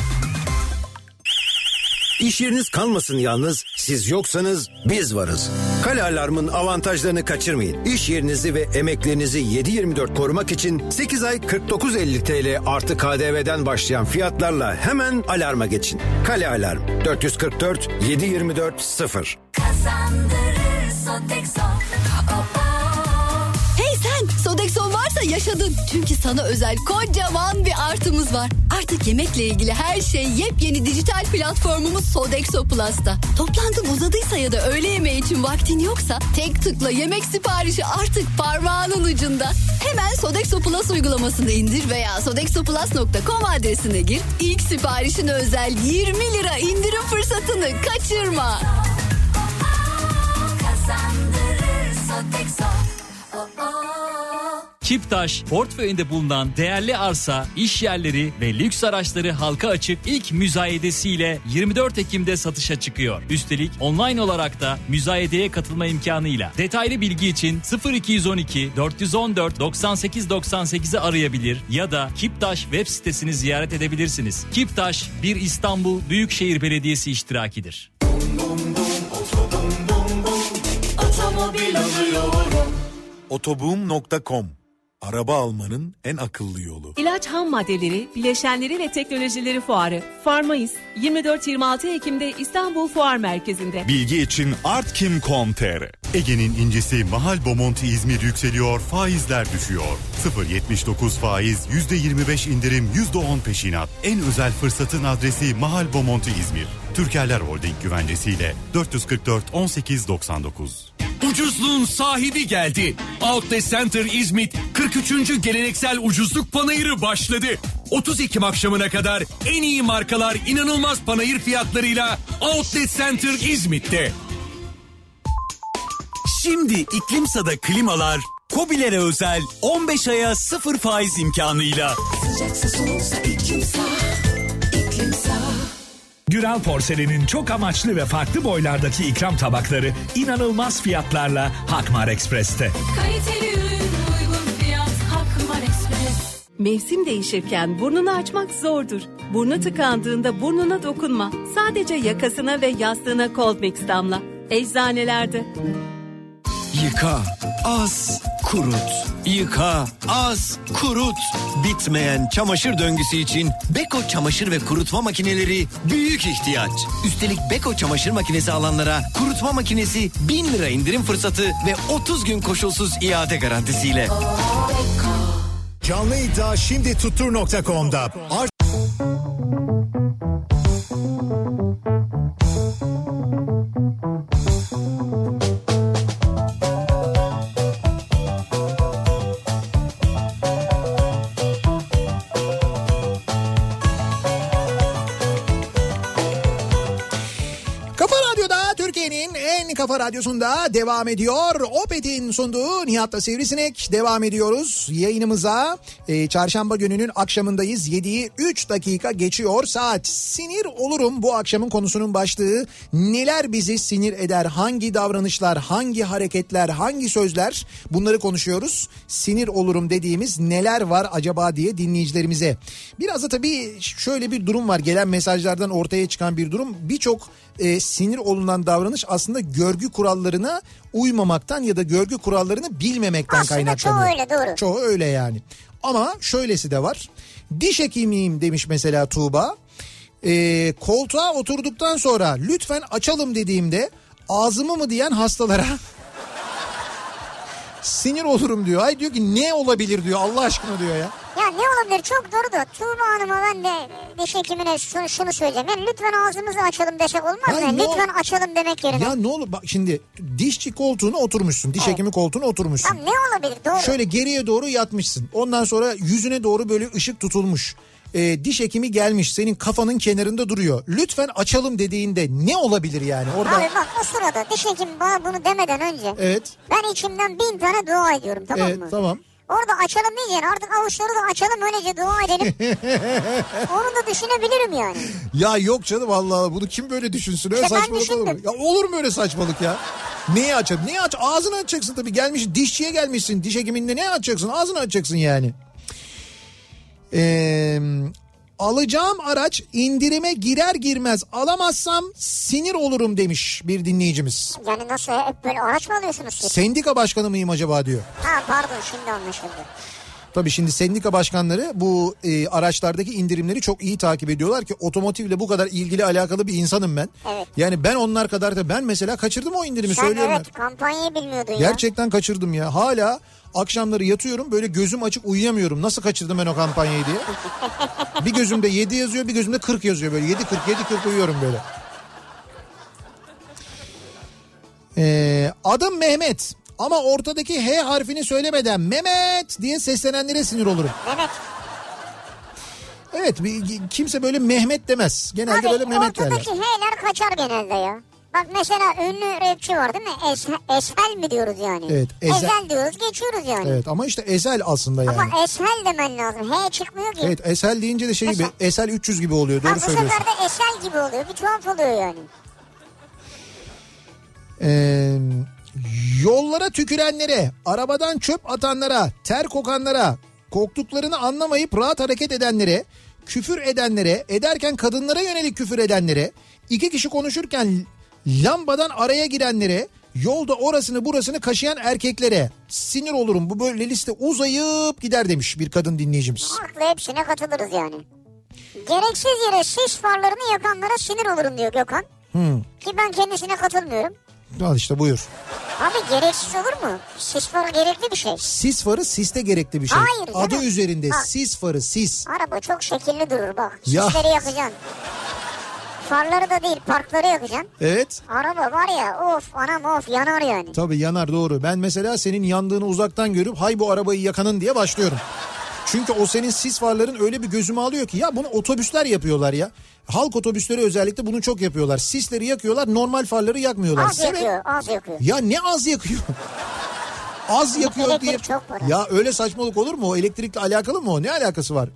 İş yeriniz kalmasın yalnız, siz yoksanız biz varız. Kale Alarm'ın avantajlarını kaçırmayın. İş yerinizi ve emeklerinizi 7/24 korumak için 8 ay 49.50 TL artı KDV'den başlayan fiyatlarla hemen alarma geçin. Kale Alarm 444 724 0. Kazandırır Sodexo. Hey sen, Sodexo varsa yaşadın. Çünkü sana özel kocaman bir artımız var. Artık yemekle ilgili her şey yepyeni dijital platformumuz Sodexo Plus'ta. Toplantın uzadıysa ya da öğle yemeği için vaktin yoksa tek tıkla yemek siparişi artık parmağının ucunda. Hemen Sodexo Plus uygulamasını indir veya sodexoplus.com adresine gir. İlk siparişine özel 20 lira indirim fırsatını kaçırma. Kazandırır Sodexo. Kiptaş, portföyünde bulunan değerli arsa, iş yerleri ve lüks araçları halka açık ilk müzayedesiyle 24 Ekim'de satışa çıkıyor. Üstelik online olarak da müzayedeye katılma imkanıyla. Detaylı bilgi için 0212 414 98 98'i arayabilir ya da Kiptaş web sitesini ziyaret edebilirsiniz. Kiptaş, bir İstanbul Büyükşehir Belediyesi iştirakidir. Otomobil alıyorum. Otoboom.com. Araba almanın en akıllı yolu. İlaç ham maddeleri, bileşenleri ve teknolojileri fuarı. Farmayız 24-26 Ekim'de İstanbul Fuar Merkezi'nde. Bilgi için artkim.com.tr. Ege'nin incisi Mahal Bomonti İzmir yükseliyor, faizler düşüyor. 0.79 faiz, %25 indirim, %10 peşinat. En özel fırsatın adresi Mahal Bomonti İzmir. Türkerler Holding güvencesiyle 444 1899. Ucuzluğun sahibi geldi. Outlet Center İzmit 43. geleneksel ucuzluk panayırı başladı. 30 Ekim akşamına kadar en iyi markalar inanılmaz panayır fiyatlarıyla Outlet Center İzmit'te. Şimdi İklimsa'da klimalar KOBİ'lere özel 15 aya 0 faiz imkanıyla. Sıcaksa soğuksa İklimsa. İklimsa. Güral Porselen'in çok amaçlı ve farklı boylardaki ikram tabakları inanılmaz fiyatlarla Hakmar Ekspres'te. Kaliteli ürün, uygun fiyat, Hakmar Ekspres. Mevsim değişirken burnunu açmak zordur. Burnu tıkandığında burnuna dokunma. Sadece yakasına ve yastığına Coldmix damla. Eczanelerde. Yıka, az, kurut. Yıka, az, kurut. Bitmeyen çamaşır döngüsü için Beko çamaşır ve kurutma makineleri büyük ihtiyaç. Üstelik Beko çamaşır makinesi alanlara kurutma makinesi 1000 lira indirim fırsatı ve 30 gün koşulsuz iade garantisiyle. Canlı iddia şimdi tuttur.com'da. Kafa Radyosu'nda devam ediyor. Opet'in sunduğu Nihat'la Sivrisinek devam ediyoruz yayınımıza. Çarşamba gününün akşamındayız. 7'yi 3 dakika geçiyor saat. Sinir olurum bu akşamın konusunun başlığı. Neler bizi sinir eder? Hangi davranışlar, hangi hareketler, hangi sözler? Bunları konuşuyoruz. Sinir olurum dediğimiz neler var acaba diye dinleyicilerimize. Biraz da tabii şöyle bir durum var. Gelen mesajlardan ortaya çıkan bir durum. Birçok sinir olunan davranış aslında görgü kurallarına uymamaktan ya da görgü kurallarını bilmemekten aslında kaynaklanıyor. Aslında çoğu öyle, doğru. Çoğu öyle yani. Ama şöylesi de var. Diş hekimiyim demiş mesela Tuğba. Koltuğa oturduktan sonra lütfen açalım dediğimde ağzımı mı diyen hastalara sinir olurum diyor. Ay diyor ki ne olabilir diyor Allah aşkına diyor ya. Ya ne olabilir, çok doğru da Tuğba Hanım'a ben de diş hekimine şunu söyleyeceğim. Yani lütfen ağzımızı açalım desek olmaz mı? Lütfen açalım demek yerine. Ya ne olur bak şimdi dişçi koltuğuna oturmuşsun. Diş hekimi koltuğuna oturmuşsun. Tamam, ne olabilir, doğru. Şöyle geriye doğru yatmışsın. Ondan sonra yüzüne doğru böyle ışık tutulmuş. Diş hekimi gelmiş, senin kafanın kenarında duruyor. Lütfen açalım dediğinde ne olabilir yani? Orada... Abi bak, o sırada diş hekimi bana bunu demeden önce ben içimden 1000 tane dua ediyorum, tamam mı? Tamam. Orada açalım diyeceksin, artık avuçları da açalım, öylece dua edelim. Onu da düşünebilirim yani. Ya yok canım, Allah bunu kim böyle düşünsün? Öyle İşte saçmalık olur mu? Ya olur mu öyle saçmalık ya? Neyi açalım? Neyi aç? Ağzını açacaksın tabii. Gelmiş dişçiye gelmişsin. Diş hekiminde ne açacaksın? Ağzını açacaksın yani. Alacağım araç indirime girer girmez alamazsam sinir olurum demiş bir dinleyicimiz. Yani nasıl, hep böyle araç mı alıyorsunuz siz? Sendika başkanı mıyım acaba diyor. Ha pardon, şimdi anlaşıldı. Tabii şimdi sendika başkanları bu araçlardaki indirimleri çok iyi takip ediyorlar ki otomotivle bu kadar ilgili alakalı bir insanım ben. Evet. Yani ben onlar kadar da, ben mesela kaçırdım o indirimi, sen söylüyorum. Evet, kampanyayı bilmiyordun ya. Gerçekten kaçırdım ya. Hala akşamları yatıyorum böyle, gözüm açık uyuyamıyorum. Nasıl kaçırdım ben o kampanyayı diye. Bir gözümde 7 yazıyor, bir gözümde 40 yazıyor böyle. 7-40 uyuyorum böyle. Adım Mehmet. Ama ortadaki H harfini söylemeden Mehmet diye seslenenlere sinir olurum. Mehmet. Evet, kimse böyle Mehmet demez. Genelde böyle Mehmet derler. Ortadaki H'ler kaçar genelde ya. Bak mesela ünlü rapçi var değil mi? Esel mi diyoruz yani? Evet. Ezel diyoruz, geçiyoruz yani. Evet ama işte Ezel aslında yani. Ama Esel demen lazım. H çıkmıyor ki. Evet, Esel deyince de şey gibi, Esel 300 gibi oluyor. Doğru söylüyorsun. Bu sefer de Esel gibi oluyor. Bir tuhaf oluyor yani. Yollara tükürenlere, arabadan çöp atanlara, ter kokanlara, korktuklarını anlamayıp rahat hareket edenlere, küfür edenlere, ederken kadınlara yönelik küfür edenlere, 2 kişi konuşurken lambadan araya girenlere, yolda orasını burasını kaşıyan erkeklere sinir olurum. Bu böyle liste uzayıp gider demiş bir kadın dinleyicimiz. Haklı, hepsine katılırız yani. Gereksiz yere sis farlarını yakanlara sinir olurum diyor Gökhan. Ki ben kendisine katılmıyorum. Al işte, buyur. Abi gereksiz olur mu? Sis farı gerekli bir şey. Sis farı siste gerekli bir şey. Hayır canım. Adı üzerinde bak, sis farı, sis. Araba çok şekilli durur bak. Ya. Sisleri yakacaksın. Farları da değil, parkları yakacaksın. Evet. Araba var ya, of anam of, yanar yani. Tabii yanar, doğru. Ben mesela senin yandığını uzaktan görüp hay bu arabayı yakanın diye başlıyorum. Çünkü o senin sis farların öyle bir gözüme alıyor ki, ya bunu otobüsler yapıyorlar ya. Halk otobüsleri özellikle bunu çok yapıyorlar. Sisleri yakıyorlar, normal farları yakmıyorlar. Az yakıyor, az yakıyor. Ya ne az yakıyor? Az yakıyor elektrik diye. Çok para. Ya öyle saçmalık olur mu? O elektrikle alakalı mı o? Ne alakası var?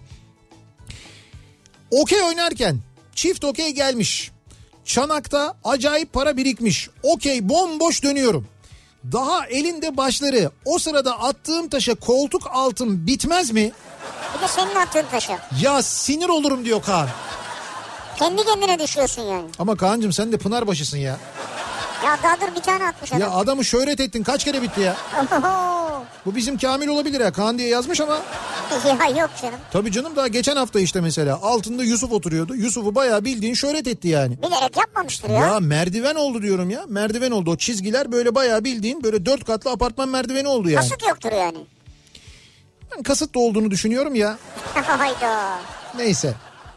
Okey oynarken çift okey gelmiş. Çanakta acayip para birikmiş. Okey bomboş dönüyorum. Daha elinde başları. O sırada attığım taşa koltuk altım bitmez mi? Bir de senin attığın taşa. Ya sinir olurum diyor Kaan. Kendi kendine düşüyorsun yani. Ama Kaan'cığım sen de Pınarbaşısın ya. Ya daha dur, bir tane atmış adam. Ya adamı şöhret ettin, kaç kere bitti ya. Bu bizim Kamil olabilir ya, Kaan diye yazmış ama. Ya yok canım. Tabii canım, daha geçen hafta işte mesela altında Yusuf oturuyordu. Yusuf'u bayağı bildiğin şöhret etti yani. Bilerek yapmamıştır ya. Ya merdiven oldu diyorum ya. Merdiven oldu. O çizgiler böyle bayağı bildiğin böyle 4 katlı apartman merdiveni oldu yani. Kasıt yoktur yani. Ben kasıt da olduğunu düşünüyorum ya. Hayda. Neyse.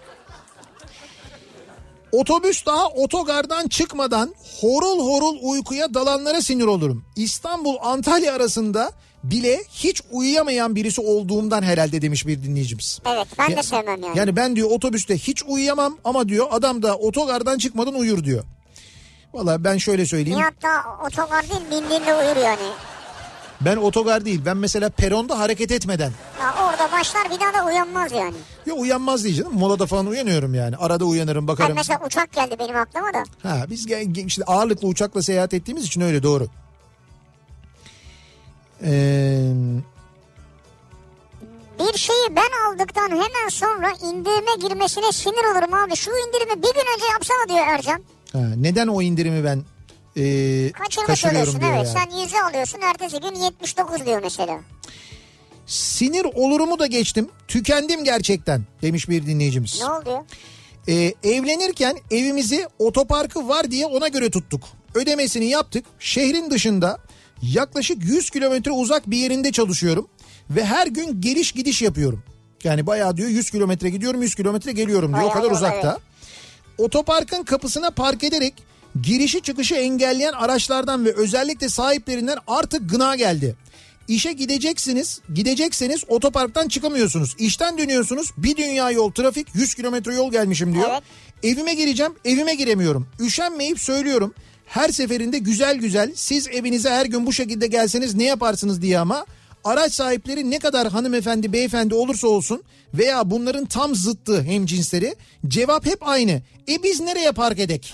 Otobüs daha otogardan çıkmadan horul horul uykuya dalanlara sinir olurum. İstanbul-Antalya arasında bile hiç uyuyamayan birisi olduğumdan herhalde demiş bir dinleyicimiz. Evet, ben de sevmem yani. Yani ben diyor otobüste hiç uyuyamam ama diyor adam da otogardan çıkmadan uyur diyor. Valla ben şöyle söyleyeyim. Nihat da otogar değil, bindiğinde uyur yani. Ben otogar değil, ben mesela peronda hareket etmeden. Ya orada başlar, bir daha da uyanmaz yani. Ya uyanmaz diyeceğim, molada falan uyanıyorum yani. Arada uyanırım, bakarım. Ben mesela uçak geldi benim aklıma da. Ha, biz işte ağırlıklı uçakla seyahat ettiğimiz için öyle, doğru. Bir şeyi ben aldıktan hemen sonra indirime girmesine sinir olurum abi. Şu indirimi bir gün önce yapsana diyor Ercan. Ha, neden o indirimi ben kaçırıyorum diyor evet. yani. Sen 100 alıyorsun, ertesi gün 79 diyor mesela. Sinir olurumu da geçtim. Tükendim gerçekten demiş bir dinleyicimiz. Ne oldu? Evlenirken evimizi otoparkı var diye ona göre tuttuk. Ödemesini yaptık. Şehrin dışında yaklaşık 100 kilometre uzak bir yerinde çalışıyorum. Ve her gün geliş gidiş yapıyorum. Yani bayağı diyor 100 kilometre gidiyorum 100 kilometre geliyorum diyor. Bayağı O kadar yol, uzakta. evet. Otoparkın kapısına park ederek girişi çıkışı engelleyen araçlardan ve özellikle sahiplerinden artık gına geldi. İşe gidecekseniz otoparktan çıkamıyorsunuz. İşten dönüyorsunuz, bir dünya yol trafik, 100 kilometre yol gelmişim diyor. Evet. Evime gireceğim, evime giremiyorum. Üşenmeyip söylüyorum. Her seferinde güzel siz evinize her gün bu şekilde gelseniz ne yaparsınız diye, ama araç sahipleri ne kadar hanımefendi beyefendi olursa olsun veya bunların tam zıttı hemcinsleri, cevap hep aynı. Biz nereye park edek?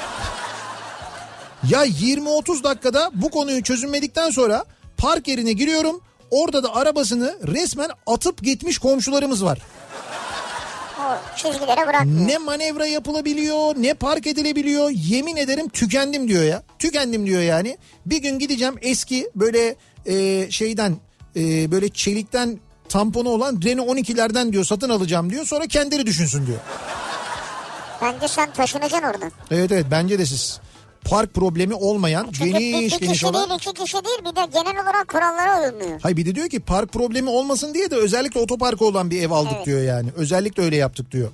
Ya 20-30 dakikada bu konuyu çözülmedikten sonra park yerine giriyorum. Orada da arabasını resmen atıp gitmiş komşularımız var. O çizgilere bırakmıyor. Ne manevra yapılabiliyor, ne park edilebiliyor. Yemin ederim tükendim diyor ya. Tükendim diyor yani. Bir gün gideceğim eski böyle böyle çelikten tamponu olan Renault 12'lerden diyor satın alacağım diyor. Sonra kendileri düşünsün diyor. Bence sen taşınacaksın oradan. Evet bence de siz. Park problemi olmayan, Çünkü geniş bir kişi olan... değil, 2 kişi değil, bir de genel olarak kurallara uyulmuyor. Hayır, bir de diyor ki park problemi olmasın diye de özellikle otoparkı olan bir ev aldık diyor yani. Özellikle öyle yaptık diyor.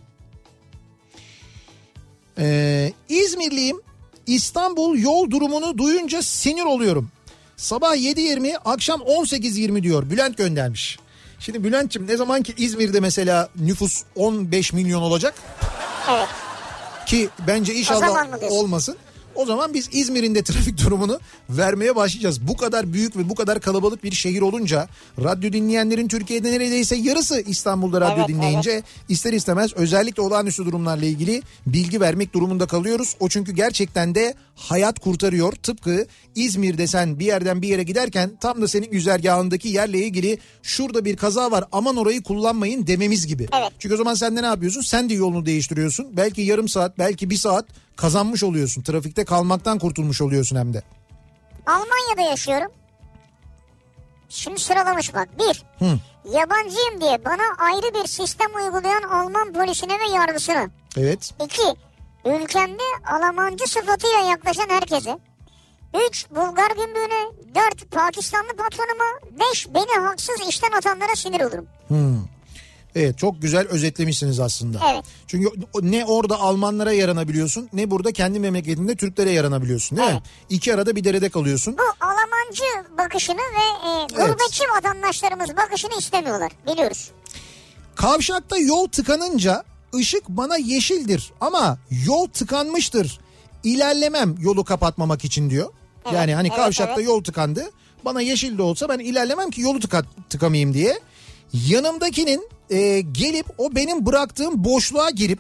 İzmirliyim. İstanbul yol durumunu duyunca sinir oluyorum. Sabah 7.20 akşam 18.20 diyor. Bülent göndermiş. Şimdi Bülent'ciğim, ne zaman ki İzmir'de mesela nüfus 15 milyon olacak. Evet. Ki bence inşallah olmasın. O zaman biz İzmir'in de trafik durumunu vermeye başlayacağız. Bu kadar büyük ve bu kadar kalabalık bir şehir olunca, radyo dinleyenlerin Türkiye'de neredeyse yarısı İstanbul'da radyo dinleyince ister istemez özellikle olağanüstü durumlarla ilgili bilgi vermek durumunda kalıyoruz. O çünkü gerçekten de hayat kurtarıyor. Tıpkı İzmir'de sen bir yerden bir yere giderken tam da senin güzergahındaki yerle ilgili şurada bir kaza var aman orayı kullanmayın dememiz gibi. Evet. Çünkü o zaman sen de ne yapıyorsun? Sen de yolunu değiştiriyorsun. Belki yarım saat, belki bir saat kazanmış oluyorsun. Trafikte kalmaktan kurtulmuş oluyorsun hem de. Almanya'da yaşıyorum. Şimdi sıralamış bak. 1. Yabancıyım diye bana ayrı bir sistem uygulayan Alman polisine ve yargısına. Evet. 2. Ülkemde Almancı sıfatıyla yaklaşan herkese. 3. Bulgar gümbüğüne. 4. Pakistanlı patronuma. 5. Beni haksız işten atanlara sinir olurum. Evet, çok güzel özetlemişsiniz aslında. Evet. Çünkü ne orada Almanlara yaranabiliyorsun, ne burada kendi memleketinde Türklere yaranabiliyorsun, değil mi? İki arada bir derede kalıyorsun. Bu Almancı bakışını ve gurbetçi vatandaşlarımız bakışını istemiyorlar, biliyoruz. Kavşakta yol tıkanınca ışık bana yeşildir ama yol tıkanmıştır. İlerlemem yolu kapatmamak için diyor. Evet, yani hani kavşakta yol tıkandı, bana yeşil de olsa ben ilerlemem ki yolu tıkamayayım diye. Yanımdakinin gelip o benim bıraktığım boşluğa girip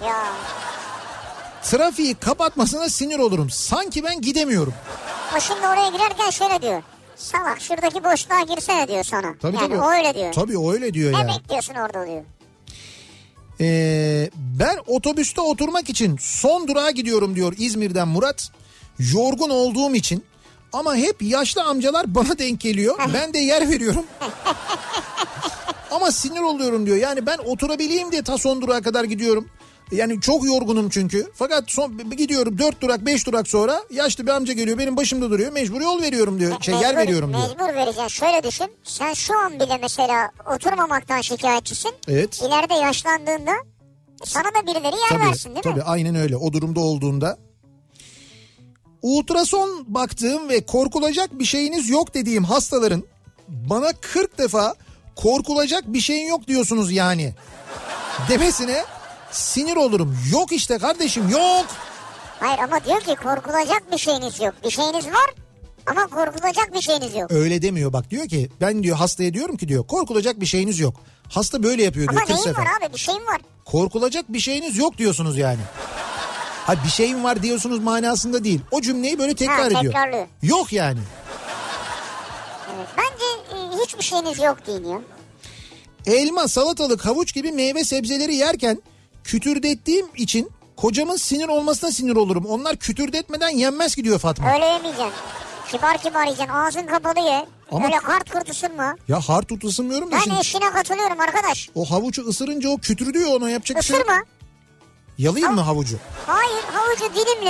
trafiği kapatmasına sinir olurum. Sanki ben gidemiyorum. O şimdi oraya girerken şöyle diyor. Salak şuradaki boşluğa girsene diyor sana. Tabii, yani o öyle diyor. Tabii o öyle diyor ne yani. Ne bekliyorsun orada diyor. Ben otobüste oturmak için son durağa gidiyorum diyor İzmir'den Murat. Yorgun olduğum için. Ama hep yaşlı amcalar bana denk geliyor. Ben de yer veriyorum. Ama sinir oluyorum diyor. Yani ben oturabileyim diye ta son durağa kadar gidiyorum. Yani çok yorgunum çünkü. Fakat gidiyorum 4 durak 5 durak sonra yaşlı bir amca geliyor benim başımda duruyor. Mecbur yol veriyorum diyor. Yer veriyorum diyor. Mecbur vereceksin. Şöyle düşün. Sen şu an bile mesela oturmamaktan şikayetçisin. Evet. İleride yaşlandığında sana da birileri yer versin değil mi? Tabii aynen öyle. O durumda olduğunda. Ultrason baktığım ve korkulacak bir şeyiniz yok dediğim hastaların bana 40 defa korkulacak bir şeyin yok diyorsunuz yani demesine sinir olurum. Yok işte kardeşim, yok. Hayır ama diyor ki korkulacak bir şeyiniz yok. Bir şeyiniz var ama korkulacak bir şeyiniz yok. Öyle demiyor bak, diyor ki ben diyor hastaya diyorum ki diyor korkulacak bir şeyiniz yok. Hasta böyle yapıyor diyor. Ama neyin var abi, bir şeyim var. Korkulacak bir şeyiniz yok diyorsunuz yani. Hayır bir şeyim var diyorsunuz manasında değil. O cümleyi böyle tekrar ediyor. Tekrarlıyor. Yok yani. Evet, bence hiçbir şeyiniz yok deyin ya. Elma, salatalık, havuç gibi meyve sebzeleri yerken kütürdettiğim için kocamın sinir olmasına sinir olurum. Onlar kütürdetmeden yenmez ki diyor Fatma. Öyle yemeyeceksin. Kibar kibar yiyeceksin. Ağzın kapalı ye. Ama öyle hard kurt ısınma. Ya hard kurt ısınmıyorum da ben şimdi. Ben eşine katılıyorum arkadaş. O havucu ısırınca o kütür diyor, ona yapacak bir şey yok. Isırma. Yalayayım mı havucu? Hayır, havucu dilimle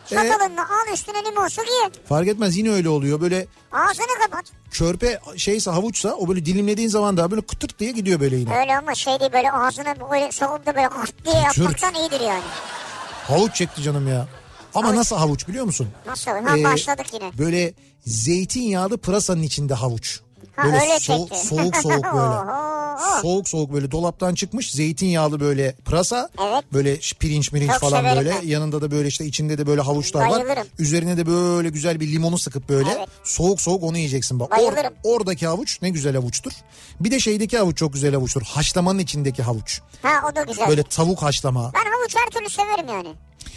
Çatalınla al üstüne limon sık ye. Fark etmez, yine öyle oluyor. Böyle ağzını kapat. Körpe şeyse, havuçsa o böyle dilimlediğin zaman daha böyle kıtırt diye gidiyor böyle yine. Öyle ama şey değil, böyle ağzına böyle soğuk da böyle kırt diye yapmaktan iyidir yani. Havuç çekti canım ya. Ama havuç. Nasıl havuç biliyor musun? Nasıl? Başladık yine. Böyle zeytinyağlı pırasanın içinde havuç. Ha, böyle öyle soğuk böyle. Soğuk böyle dolaptan çıkmış zeytinyağlı böyle pırasa. Evet. Böyle pirinç çok falan böyle. Ben. Yanında da böyle işte içinde de böyle havuçlar var. Üzerine de böyle güzel bir limonu sıkıp böyle. Evet. Soğuk onu yiyeceksin bak. Oradaki havuç ne güzel havuçtur. Bir de şeydeki havuç çok güzel havuçtur. Haşlamanın içindeki havuç. Ha, o da güzel. Böyle tavuk haşlama. Ben havuç her türlü severim yani.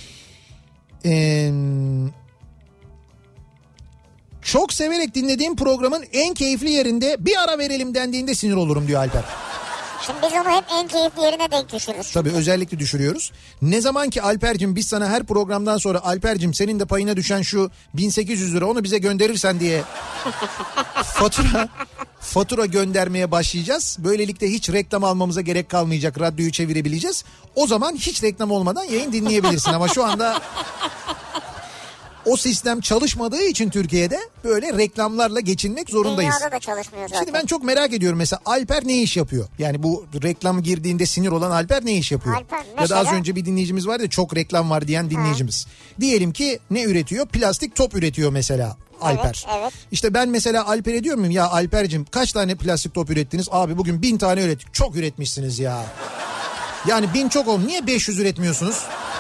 Çok severek dinlediğim programın en keyifli yerinde bir ara verelim dendiğinde sinir olurum diyor Alper. Şimdi biz onu hep en keyifli yerine denk düşürürüz. Tabii özellikle düşürüyoruz. Ne zaman ki Alper'cim biz sana her programdan sonra Alper'cim senin de payına düşen şu 1800 lira onu bize gönderirsen diye fatura göndermeye başlayacağız. Böylelikle hiç reklam almamıza gerek kalmayacak, radyoyu çevirebileceğiz. O zaman hiç reklam olmadan yayın dinleyebilirsin ama şu anda o sistem çalışmadığı için Türkiye'de böyle reklamlarla geçinmek zorundayız. Dünyada da çalışmıyor zaten. Şimdi ben çok merak ediyorum mesela Alper ne iş yapıyor? Yani bu reklam girdiğinde sinir olan Alper ne iş yapıyor? Alper mesela... Ya da az önce bir dinleyicimiz vardı ya, çok reklam var diyen dinleyicimiz. Diyelim ki ne üretiyor? Plastik top üretiyor mesela Alper. Evet. İşte ben mesela Alper'e diyor muyum ya Alper'cim kaç tane plastik top ürettiniz? Abi bugün 1000 tane ürettik. Çok üretmişsiniz ya. Yani 1000 çok oldu. Niye 500 üretmiyorsunuz?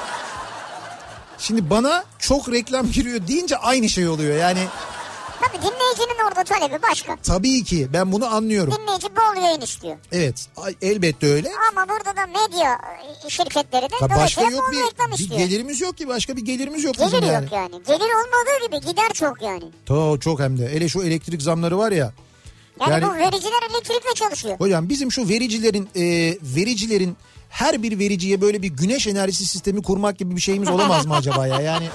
Şimdi bana çok reklam giriyor deyince aynı şey oluyor yani. Tabii dinleyicinin orada talebi başka. Tabii ki ben bunu anlıyorum. Dinleyici bol yayın istiyor. Evet elbette öyle. Ama burada da medya şirketleri de başka yok reklam bir istiyor. Gelirimiz yok ki, başka bir gelirimiz yok Gelir bizim yani. yok yani. Gelir olmadığı gibi gider çok yani. Çok hem de. Hele şu elektrik zamları var ya. Yani bu vericiler elektrikle çalışıyor. Hocam bizim şu vericilerin her bir vericiye böyle bir güneş enerjisi sistemi kurmak gibi bir şeyimiz olamaz mı acaba ya? Yani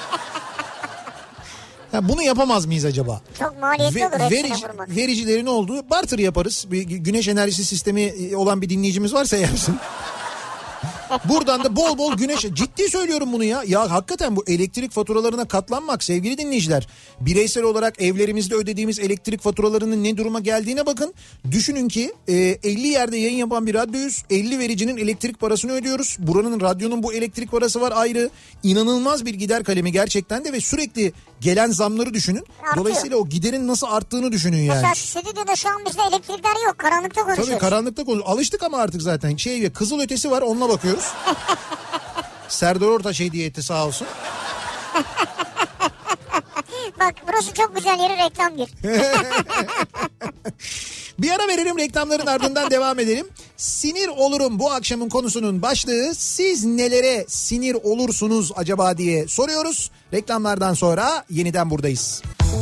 bunu yapamaz mıyız acaba? Çok maliyetli olur hepsini kurmak. Vericilerin olduğu barter yaparız. Bir güneş enerjisi sistemi olan bir dinleyicimiz varsa yapsın. Buradan da bol bol güneş, ciddi söylüyorum bunu ya. Ya hakikaten bu elektrik faturalarına katlanmak sevgili dinleyiciler. Bireysel olarak evlerimizde ödediğimiz elektrik faturalarının ne duruma geldiğine bakın. Düşünün ki 50 yerde yayın yapan bir radyoyuz. 50 vericinin elektrik parasını ödüyoruz. Buranın, radyonun bu elektrik parası var ayrı. İnanılmaz bir gider kalemi gerçekten de ve sürekli gelen zamları düşünün. Artıyor. Dolayısıyla o giderin nasıl arttığını düşünün yani. Mesela stüdyoda şu an bizde elektrikler yok. Karanlıkta konuşuyoruz. Tabii karanlıkta konuşuyoruz. Alıştık ama artık zaten. Kızıl ötesi var, onunla bakıyoruz. Serdar Ortaç hediye etti sağ olsun. Bak burası çok güzel yeri, reklam gir. Bir ara verelim, reklamların ardından devam edelim. Sinir olurum bu akşamın konusunun başlığı. Siz nelere sinir olursunuz acaba diye soruyoruz. Reklamlardan sonra yeniden buradayız.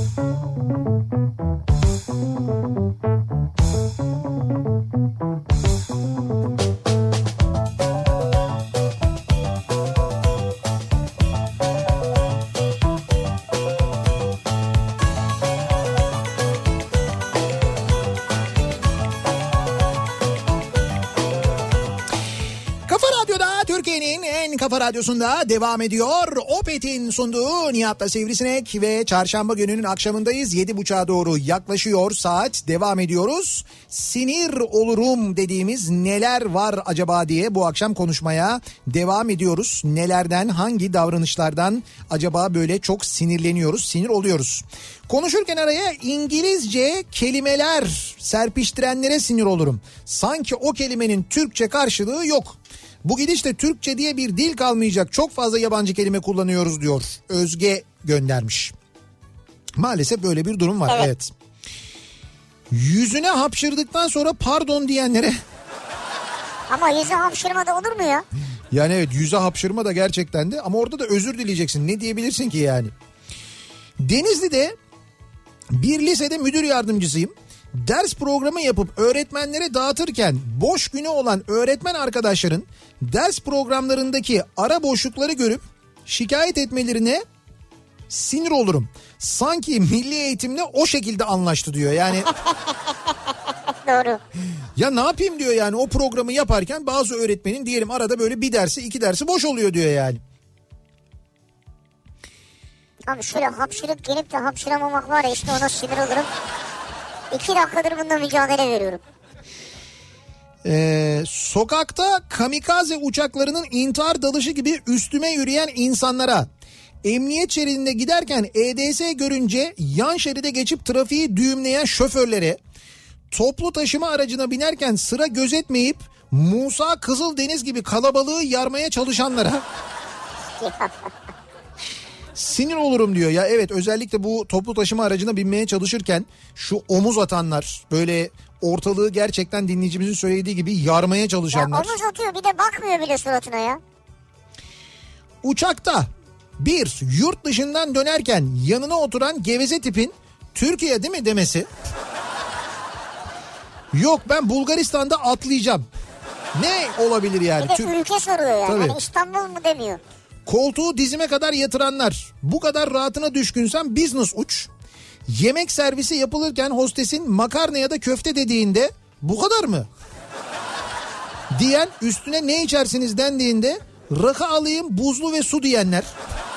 Kafa Radyosu'nda devam ediyor. Opet'in sunduğu Nihat'la Sivrisinek ve çarşamba gününün akşamındayız. 7.30'a doğru yaklaşıyor saat. Devam ediyoruz. Sinir olurum dediğimiz neler var acaba diye bu akşam konuşmaya devam ediyoruz. Nelerden, hangi davranışlardan acaba böyle çok sinirleniyoruz, sinir oluyoruz. Konuşurken araya İngilizce kelimeler serpiştirenlere sinir olurum. Sanki o kelimenin Türkçe karşılığı yok. Bu gidişle Türkçe diye bir dil kalmayacak. Çok fazla yabancı kelime kullanıyoruz diyor. Özge göndermiş. Maalesef böyle bir durum var. Evet. Yüzüne hapşırdıktan sonra pardon diyenlere... Ama yüze hapşırma da olur mu ya? Yani evet, yüze hapşırma da gerçekten de, ama orada da özür dileyeceksin. Ne diyebilirsin ki yani? Denizli'de bir lisede müdür yardımcısıyım. Ders programı yapıp öğretmenlere dağıtırken boş günü olan öğretmen arkadaşların ders programlarındaki ara boşlukları görüp şikayet etmelerine sinir olurum. Sanki milli eğitimle o şekilde anlaştı diyor yani. Doğru. Ya ne yapayım diyor yani, o programı yaparken bazı öğretmenin diyelim arada böyle bir dersi 2 dersi boş oluyor diyor yani. Abi şöyle hapşırıp gelip de hapşıramamak var ya, işte ona sinir olurum. 2 dakikadır bunda mücadele veriyorum. Sokakta kamikaze uçaklarının intihar dalışı gibi üstüme yürüyen insanlara, emniyet şeridinde giderken EDS görünce yan şeride geçip trafiği düğümleyen şoförlere, toplu taşıma aracına binerken sıra gözetmeyip Musa Kızıldeniz gibi kalabalığı yarmaya çalışanlara sinir olurum diyor. Ya evet, özellikle bu toplu taşıma aracına binmeye çalışırken şu omuz atanlar, böyle ortalığı gerçekten dinleyicimizin söylediği gibi yarmaya çalışanlar. Ya omuz atıyor, bir de bakmıyor bile suratına ya. Uçakta bir yurt dışından dönerken yanına oturan geveze tipin Türkiye değil mi demesi. Yok ben Bulgaristan'da atlayacağım. Ne olabilir yani? Bir de ülke soruyor yani. Tabii. Yani İstanbul mu demiyor. Koltuğu dizime kadar yatıranlar. Bu kadar rahatına düşkünsen business uç. Yemek servisi yapılırken hostesin makarna ya da köfte dediğinde bu kadar mı? Diyen, üstüne ne içersiniz dendiğinde rakı alayım buzlu ve su diyenler.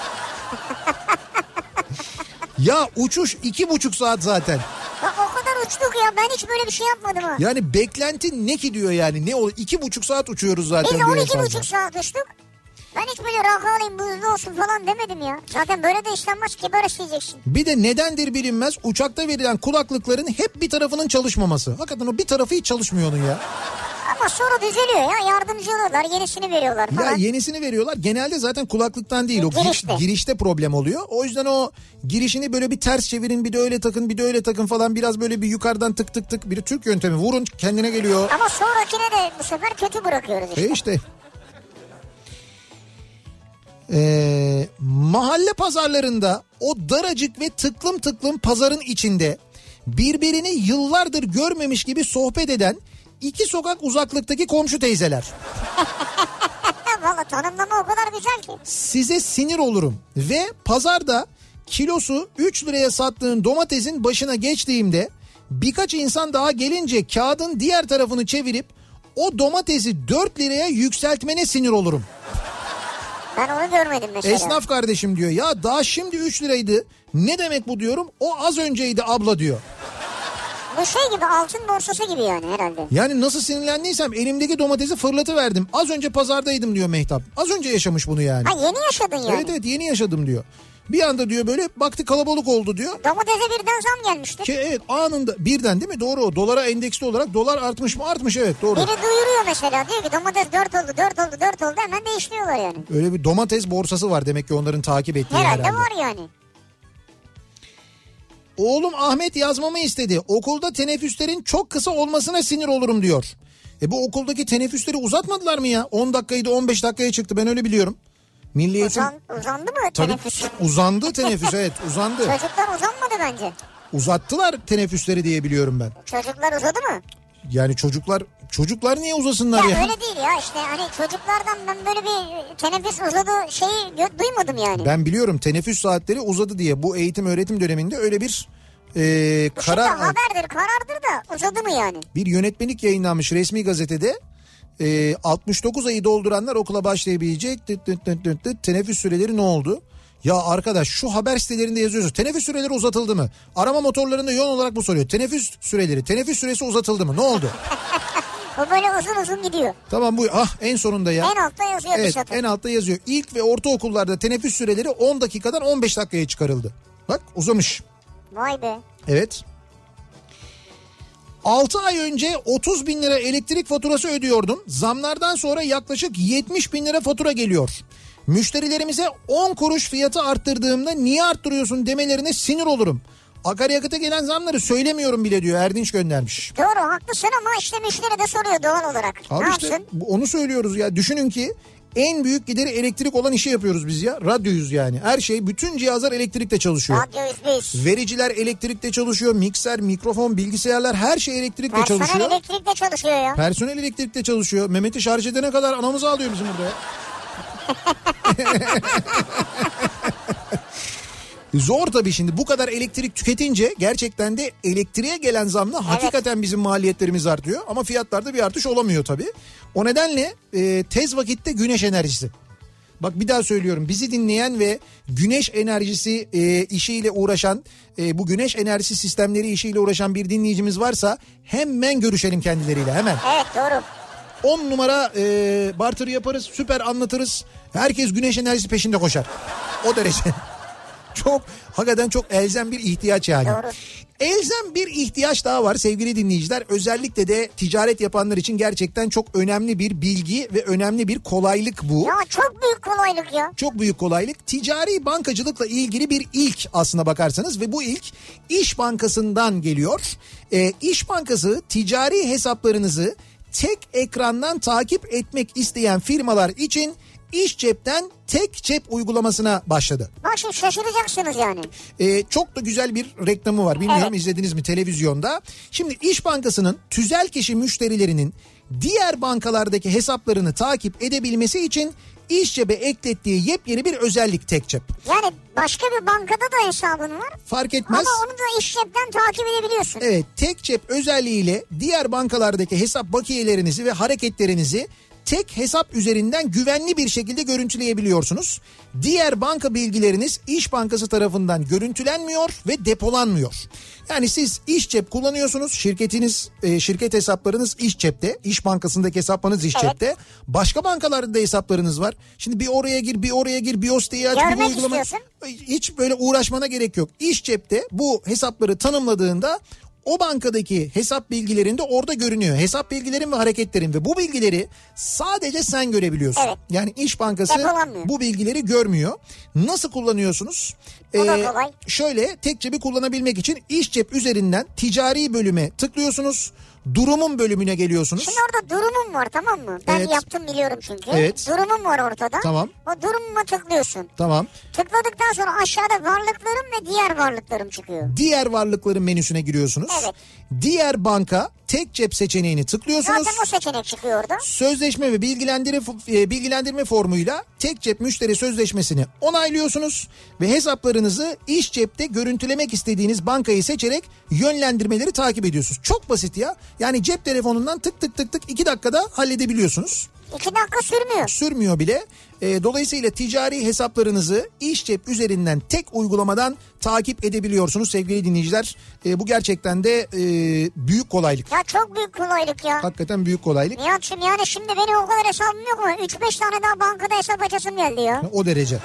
Ya uçuş 2,5 saat zaten. Ya o kadar uçtuk ya, ben hiç böyle bir şey yapmadım ha. Yani beklenti ne ki diyor yani, ne olur 2,5 saat uçuyoruz zaten. Biz 12,5 saat uçtuk. Ben hiç böyle rakı alayım buzlu olsun falan demedim ya. Zaten böyle de işlenmez, kibar isteyeceksin. Bir de nedendir bilinmez uçakta verilen kulaklıkların hep bir tarafının çalışmaması. Hakikaten o bir tarafı hiç çalışmıyor onun ya. Ama sonra düzeliyor ya, yardımcı oluyorlar, yenisini veriyorlar falan. Ya yenisini veriyorlar. Genelde zaten kulaklıktan değil, o girişte problem oluyor. O yüzden o girişini böyle bir ters çevirin, bir de öyle takın, bir de öyle takın falan, biraz böyle bir yukarıdan tık tık tık, bir de Türk yöntemi, vurun kendine geliyor. Ama sonrakine de bu sefer kötü bırakıyoruz işte. İşte. Mahalle pazarlarında o daracık ve tıklım tıklım pazarın içinde birbirini yıllardır görmemiş gibi sohbet eden 2 sokak uzaklıktaki komşu teyzeler. Valla tanımlama o kadar güzel ki. Size sinir olurum ve pazarda kilosu 3 liraya sattığın domatesin başına geçtiğimde birkaç insan daha gelince kağıdın diğer tarafını çevirip o domatesi 4 liraya yükseltmene sinir olurum. Ben onu görmedim mesela. Esnaf kardeşim diyor ya, daha şimdi 3 liraydı. Ne demek bu diyorum. O az önceydi abla diyor. Bu şey gibi, altın borsası gibi yani herhalde. Yani nasıl sinirlendiysem elimdeki domatesi fırlatıverdim. Az önce pazardaydım diyor Mehtap. Az önce yaşamış bunu yani. Ha, yeni yaşadın yani. Evet yeni yaşadım diyor. Bir anda diyor böyle baktı kalabalık oldu diyor. Domatese birden zam gelmişti. Ki evet, anında birden, değil mi? Doğru o. Dolara endeksli olarak dolar artmış mı? Artmış, evet doğru. Biri duyuruyor mesela, diyor ki domates 4 oldu hemen değiştiriyorlar yani. Öyle bir domates borsası var demek ki onların takip ettiği herhalde var yani. Oğlum Ahmet yazmamı istedi. Okulda teneffüslerin çok kısa olmasına sinir olurum diyor. Bu okuldaki teneffüsleri uzatmadılar mı ya? 10 dakikaydı 15 dakikaya çıktı, ben öyle biliyorum. Milli Eğitim... Uzandı mı teneffüs? Uzandı teneffüs, evet uzandı. Çocuklar uzanmadı bence. Uzattılar teneffüsleri diye biliyorum ben. Çocuklar uzadı mı? Yani çocuklar niye uzasınlar ya? Öyle değil ya, işte hani çocuklardan ben böyle bir teneffüs uzadı şeyi duymadım yani. Ben biliyorum teneffüs saatleri uzadı diye, bu eğitim öğretim döneminde öyle bir karar. Haberdir, karardır da uzadı mı yani? Bir yönetmelik yayınlanmış resmi gazetede. 69 ayı dolduranlar okula başlayabilecek. Teneffüs süreleri ne oldu? Ya arkadaş, şu haber sitelerinde yazıyorsunuz. Teneffüs süreleri uzatıldı mı? Arama motorlarında yoğun olarak bu soruyor. Teneffüs süresi uzatıldı mı? Ne oldu? O böyle uzun gidiyor. Tamam, bu en sonunda ya. En altta yazıyor. Evet, en altta yazıyor. İlk ve ortaokullarda teneffüs süreleri 10 dakikadan 15 dakikaya çıkarıldı. Bak uzamış. Vay be. Evet. 6 ay önce 30 bin lira elektrik faturası ödüyordum. Zamlardan sonra yaklaşık 70 bin lira fatura geliyor. Müşterilerimize 10 kuruş fiyatı arttırdığımda niye arttırıyorsun demelerine sinir olurum. Akaryakıta gelen zamları söylemiyorum bile diyor, Erdinç göndermiş. Doğru, haklısın ama işte müşteri de soruyor doğal olarak. Abi ne işte yapsın? Onu söylüyoruz ya. Düşünün ki en büyük gideri elektrik olan işi yapıyoruz biz ya. Radyoyuz yani. Her şey, bütün cihazlar elektrikle çalışıyor. Radyoyuz biz. Vericiler elektrikle çalışıyor. Mikser, mikrofon, bilgisayarlar, her şey elektrikle çalışıyor. Personel elektrikle çalışıyor ya. Personel elektrikle çalışıyor. Mehmet'i şarj edene kadar anamızı ağlıyor bizim burada ya. Zor tabii şimdi bu kadar elektrik tüketince gerçekten de elektriğe gelen zamla hakikaten bizim maliyetlerimiz artıyor. Ama fiyatlarda bir artış olamıyor tabii. O nedenle tez vakitte güneş enerjisi. Bak bir daha söylüyorum. Bizi dinleyen ve güneş enerjisi işiyle uğraşan, bu güneş enerjisi sistemleri işiyle uğraşan bir dinleyicimiz varsa hemen görüşelim kendileriyle hemen. Evet doğru. 10 numara barter yaparız, süper anlatırız. Herkes güneş enerjisi peşinde koşar. O derece. Çok, hakikaten çok elzem bir ihtiyaç yani. Doğru. Elzem bir ihtiyaç daha var sevgili dinleyiciler. Özellikle de ticaret yapanlar için gerçekten çok önemli bir bilgi ve önemli bir kolaylık bu. Ya çok büyük kolaylık ya. Çok büyük kolaylık. Ticari bankacılıkla ilgili bir ilk aslına bakarsanız ve bu ilk İş Bankası'ndan geliyor. İş Bankası ticari hesaplarınızı tek ekrandan takip etmek isteyen firmalar için İş Cep'ten tek cep uygulamasına başladı. Bak şimdi şaşıracaksınız yani. Çok da güzel bir reklamı var. Bilmiyorum izlediniz mi televizyonda. Şimdi İş Bankası'nın tüzel kişi müşterilerinin diğer bankalardaki hesaplarını takip edebilmesi için İş Cep'e eklettiği yepyeni bir özellik tek cep. Yani başka bir bankada da hesabın var. Fark etmez. Ama onu da İş Cep'ten takip edebiliyorsun. Evet, tek cep özelliğiyle diğer bankalardaki hesap bakiyelerinizi ve hareketlerinizi tek hesap üzerinden güvenli bir şekilde görüntüleyebiliyorsunuz. Diğer banka bilgileriniz İş Bankası tarafından görüntülenmiyor ve depolanmıyor. Yani siz İş Cep kullanıyorsunuz. Şirket hesaplarınız İş Cep'te. İş Bankası'ndaki hesaplarınız İş Cep'te. Başka bankalarda da hesaplarınız var. Şimdi bir oraya gir, bir oraya gir, bir o siteyi aç, bir bu uygulama. Hiç böyle uğraşmana gerek yok. İş Cep'te bu hesapları tanımladığında o bankadaki hesap bilgilerinde orada görünüyor. Hesap bilgilerin ve hareketlerin ve bu bilgileri sadece sen görebiliyorsun. Evet. Yani İş Bankası bu bilgileri görmüyor. Nasıl kullanıyorsunuz? Şöyle tek cebi kullanabilmek için İş Cep üzerinden ticari bölüme tıklıyorsunuz. Durumun bölümüne geliyorsunuz. Şimdi orada durumum var, tamam mı? Ben yaptım biliyorum çünkü. Evet. Durumum var ortada. Tamam. O durumuma tıklıyorsun. Tamam. Tıkladıktan sonra aşağıda varlıklarım ve diğer varlıklarım çıkıyor. Diğer varlıkların menüsüne giriyorsunuz. Evet. Diğer banka tek cep seçeneğini tıklıyorsunuz. Zaten o seçenek çıkıyor orada. Sözleşme ve bilgilendirme formuyla tek cep müşteri sözleşmesini onaylıyorsunuz ve hesaplarınızı İş Cep'te görüntülemek istediğiniz bankayı seçerek yönlendirmeleri takip ediyorsunuz. Çok basit ya. Yani cep telefonundan tık tık tık tık 2 dakikada halledebiliyorsunuz. 2 dakika sürmüyor. Sürmüyor bile. Dolayısıyla ticari hesaplarınızı İş Cep üzerinden tek uygulamadan takip edebiliyorsunuz sevgili dinleyiciler. Bu gerçekten de büyük kolaylık. Ya çok büyük kolaylık ya. Hakikaten büyük kolaylık. Nihat'cığım yani şimdi benim o kadar hesabım yok mu? 3-5 tane daha bankada hesap açasım geldi ya. O derece.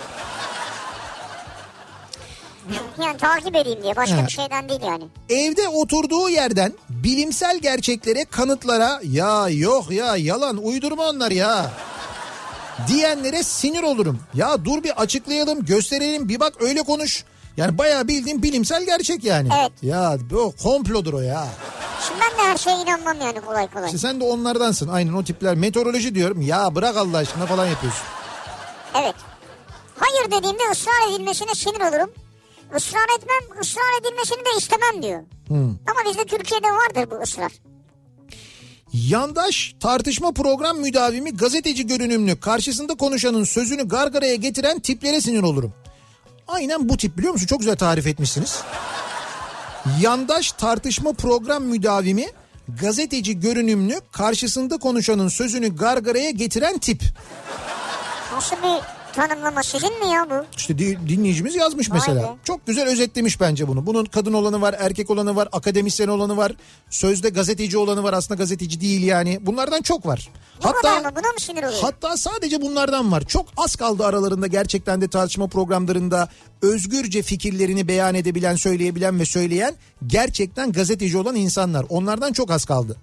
Yani takip edeyim diye, başka bir şeyden değil yani. Evde oturduğu yerden bilimsel gerçeklere, kanıtlara ya yok ya yalan uydurma onlar ya diyenlere sinir olurum. Ya dur bir açıklayalım, gösterelim, bir bak öyle konuş. Yani bayağı bildiğin bilimsel gerçek yani. Evet. Ya o komplodur o ya. Şimdi ben de her şeye inanmam yani kolay kolay. İşte sen de onlardansın, aynen o tipler. Meteoroloji diyorum ya bırak Allah aşkına falan yapıyorsun. Evet. Hayır dediğimde ısrar edilmesine sinir olurum. Israr etmem, ısrar edilmesini de istemem diyor. Ama bizde Türkiye'de vardır bu ısrar. Yandaş tartışma program müdavimi gazeteci görünümlü karşısında konuşanın sözünü gargaraya getiren tiplere sinir olurum. Aynen bu tip, biliyor musun? Çok güzel tarif etmişsiniz. Yandaş tartışma program müdavimi gazeteci görünümlü karşısında konuşanın sözünü gargaraya getiren tip. Nasıl bir tanımlama, sizin mi ya bu? İşte dinleyicimiz yazmış mesela. Çok güzel özetlemiş bence bunu. Bunun kadın olanı var, erkek olanı var, akademisyen olanı var. Sözde gazeteci olanı var, aslında gazeteci değil yani. Bunlardan çok var. Bu kadar mı? Buna mı sinir oluyor? Hatta sadece bunlardan var. Çok az kaldı aralarında gerçekten de tartışma programlarında özgürce fikirlerini beyan edebilen, söyleyebilen ve söyleyen gerçekten gazeteci olan insanlar. Onlardan çok az kaldı.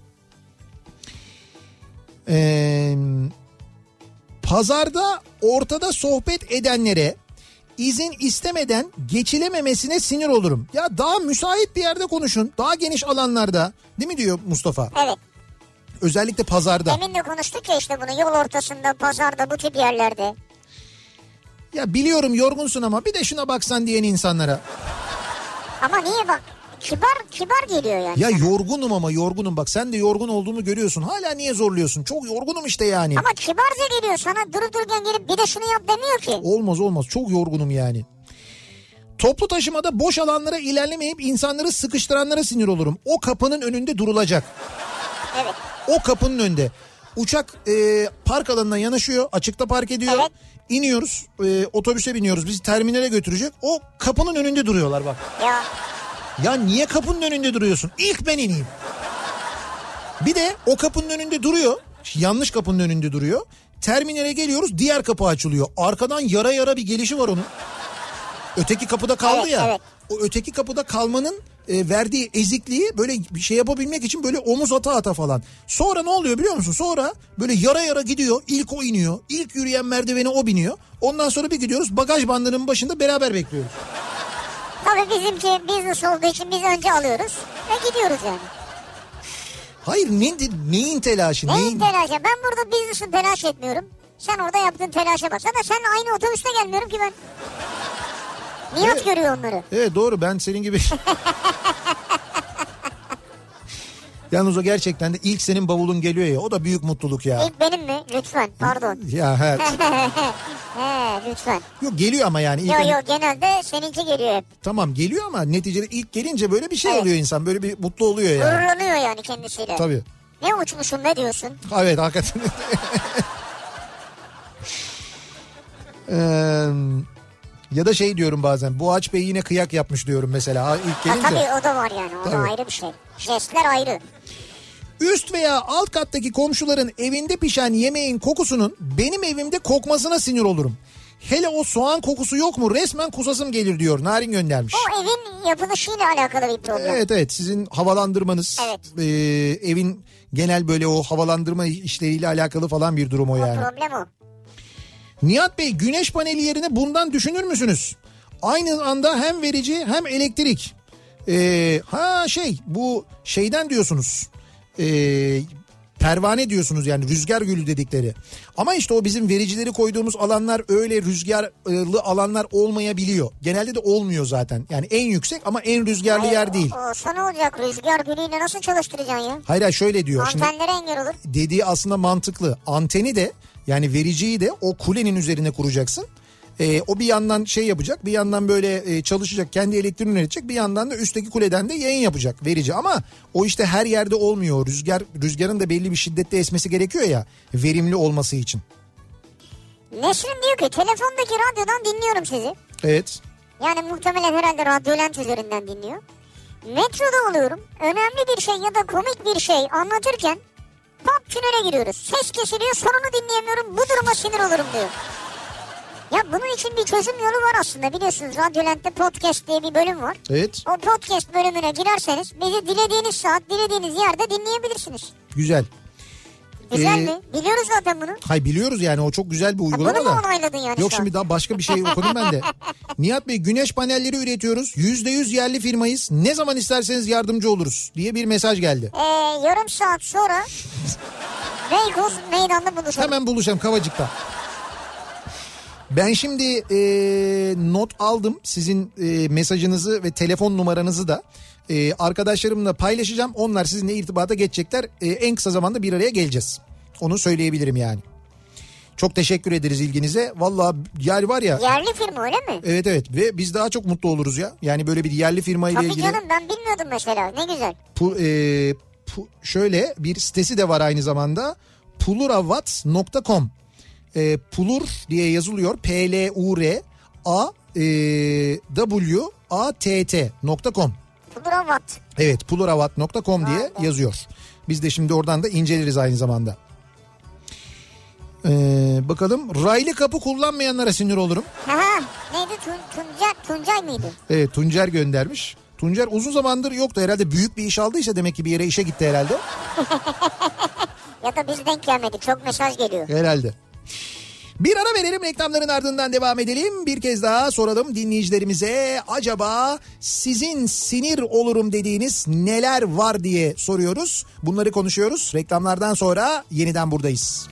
Pazarda ortada sohbet edenlere izin istemeden geçilememesine sinir olurum. Ya daha müsait bir yerde konuşun. Daha geniş alanlarda. Değil mi diyor Mustafa? Evet. Özellikle pazarda. Demin de konuştuk ya işte bunu, yol ortasında, pazarda, bu tip yerlerde. Ya biliyorum yorgunsun ama bir de şuna baksan diyen insanlara. Ama niye bak? Kibar geliyor yani. Ya yorgunum ama yorgunum, bak sen de yorgun olduğumu görüyorsun. Hala niye zorluyorsun? Çok yorgunum işte yani. Ama kibarca geliyor sana, durup dururken gelip bir de şunu yap demiyor ki. Olmaz çok yorgunum yani. Toplu taşımada boş alanlara ilerlemeyip insanları sıkıştıranlara sinir olurum. O kapının önünde durulacak. Evet. O kapının önünde. Uçak park alanına yanaşıyor. Açıkta park ediyor. Evet. İniyoruz. Otobüse biniyoruz. Bizi terminale götürecek. O kapının önünde duruyorlar bak. Ya. Ya niye kapının önünde duruyorsun? İlk ben ineyim. Bir de o kapının önünde duruyor. Yanlış kapının önünde duruyor. Terminale geliyoruz, diğer kapı açılıyor. Arkadan yara yara bir gelişi var onun. Öteki kapıda kaldı evet, ya. Evet. O öteki kapıda kalmanın verdiği ezikliği böyle bir şey yapabilmek için böyle omuz ata falan. Sonra ne oluyor biliyor musun? Sonra böyle yara yara gidiyor. İlk o iniyor. İlk yürüyen merdiveni o biniyor. Ondan sonra bir gidiyoruz, bagaj bandının başında beraber bekliyoruz. Tabii bizimki business olduğu için biz önce alıyoruz ve gidiyoruz yani. Hayır, neyin telaşı? Neyin telaşı? Ben burada business'ın telaş etmiyorum. Sen orada yaptığın telaşa bak. Zaten seninle aynı otobüste gelmiyorum ki ben. Nihat görüyor onları. Evet doğru, ben senin gibi. Yalnız o gerçekten de ilk senin bavulun geliyor ya, o da büyük mutluluk ya. İlk benim mi? Lütfen pardon. Ya evet. Lütfen. Yok geliyor ama yani. Yok genelde seninki geliyor hep. Tamam geliyor ama neticede ilk gelince böyle bir şey oluyor insan. Böyle bir mutlu oluyor yani. Gururlanıyor yani kendisiyle. Tabii. Ne uçmuşum ne diyorsun? Evet hakikaten. Ya da şey diyorum bazen, Boğaç Bey yine kıyak yapmış diyorum mesela ilk gelince. Tabii o da var yani, o da ayrı bir şey. Jestler ayrı. Üst veya alt kattaki komşuların evinde pişen yemeğin kokusunun benim evimde kokmasına sinir olurum. Hele o soğan kokusu yok mu, resmen kusasım gelir diyor, Narin göndermiş. O evin yapılışıyla alakalı bir problem. Evet sizin havalandırmanız, evin genel böyle o havalandırma işleriyle alakalı falan bir durum o yani. O problem o. Nihat Bey, güneş paneli yerine bundan düşünür müsünüz? Aynı anda hem verici hem elektrik. Bu şeyden diyorsunuz. Pervane diyorsunuz yani, rüzgar gülü dedikleri. Ama işte o bizim vericileri koyduğumuz alanlar öyle rüzgarlı alanlar olmayabiliyor. Genelde de olmuyor zaten. Yani en yüksek ama en rüzgarlı yer değil. Olsa ne olacak, rüzgar gülüyle nasıl çalıştıracaksın ya? Hayır şöyle diyor. Antenlere engel olur. Dediği aslında mantıklı. Anteni de yani vericiyi de o kulenin üzerine kuracaksın. O bir yandan şey yapacak, bir yandan böyle çalışacak, kendi elektriğini üretecek, bir yandan da üstteki kuleden de yayın yapacak verici. Ama o işte her yerde olmuyor. Rüzgarın da belli bir şiddette esmesi gerekiyor ya, verimli olması için. Nesrin diyor ki telefondaki radyodan dinliyorum sizi. Evet. Yani muhtemelen herhalde Radyolent üzerinden dinliyor. Metroda oluyorum. Önemli bir şey ya da komik bir şey anlatırken pop tünele giriyoruz. Ses kesiliyor, sonunu dinleyemiyorum. Bu duruma sinir olurum diyor. Ya bunun için bir çözüm yolu var aslında, biliyorsunuz Radyolent'te podcast diye bir bölüm var. Evet. O podcast bölümüne girerseniz bizi dilediğiniz saat, dilediğiniz yerde dinleyebilirsiniz. Güzel. Güzel mi? Biliyoruz zaten bunu. Hayır biliyoruz yani, o çok güzel bir uygulama da. Bunu mu onayladın yani? Yok şimdi daha başka bir şey okudum ben de. Nihat Bey, güneş panelleri üretiyoruz. %100 yerli firmayız. Ne zaman isterseniz yardımcı oluruz diye bir mesaj geldi. Yarım saat sonra Beykoz meydanda buluşalım. Hemen buluşalım Kavacık'ta. Ben şimdi not aldım sizin mesajınızı ve telefon numaranızı da arkadaşlarımla paylaşacağım. Onlar sizinle irtibata geçecekler. En kısa zamanda bir araya geleceğiz. Onu söyleyebilirim yani. Çok teşekkür ederiz ilginize. Vallahi yer var ya. Yerli firma öyle mi? Evet ve biz daha çok mutlu oluruz ya. Yani böyle bir yerli firma ile ilgili. Tabii canım, ben bilmiyordum mesela, ne güzel. Şöyle bir sitesi de var aynı zamanda. Pulurawatt.com. Pulur diye yazılıyor. Pulurawatt.com. Pulurawatt. Evet, pulurawatt.com diye yazıyor. Biz de şimdi oradan da inceleriz aynı zamanda. Bakalım, raylı kapı kullanmayanlara sinir olurum. Neydi? Tuncay mıydı? Evet, Tuncer göndermiş. Tuncer uzun zamandır yoktu herhalde, büyük bir iş aldıysa demek ki bir yere işe gitti herhalde. Ya da biz denk gelmedik, çok mesaj geliyor. Herhalde. Bir ara verelim, reklamların ardından devam edelim. Bir kez daha soralım dinleyicilerimize, acaba sizin sinir olurum dediğiniz neler var diye soruyoruz. Bunları konuşuyoruz. Reklamlardan sonra yeniden buradayız.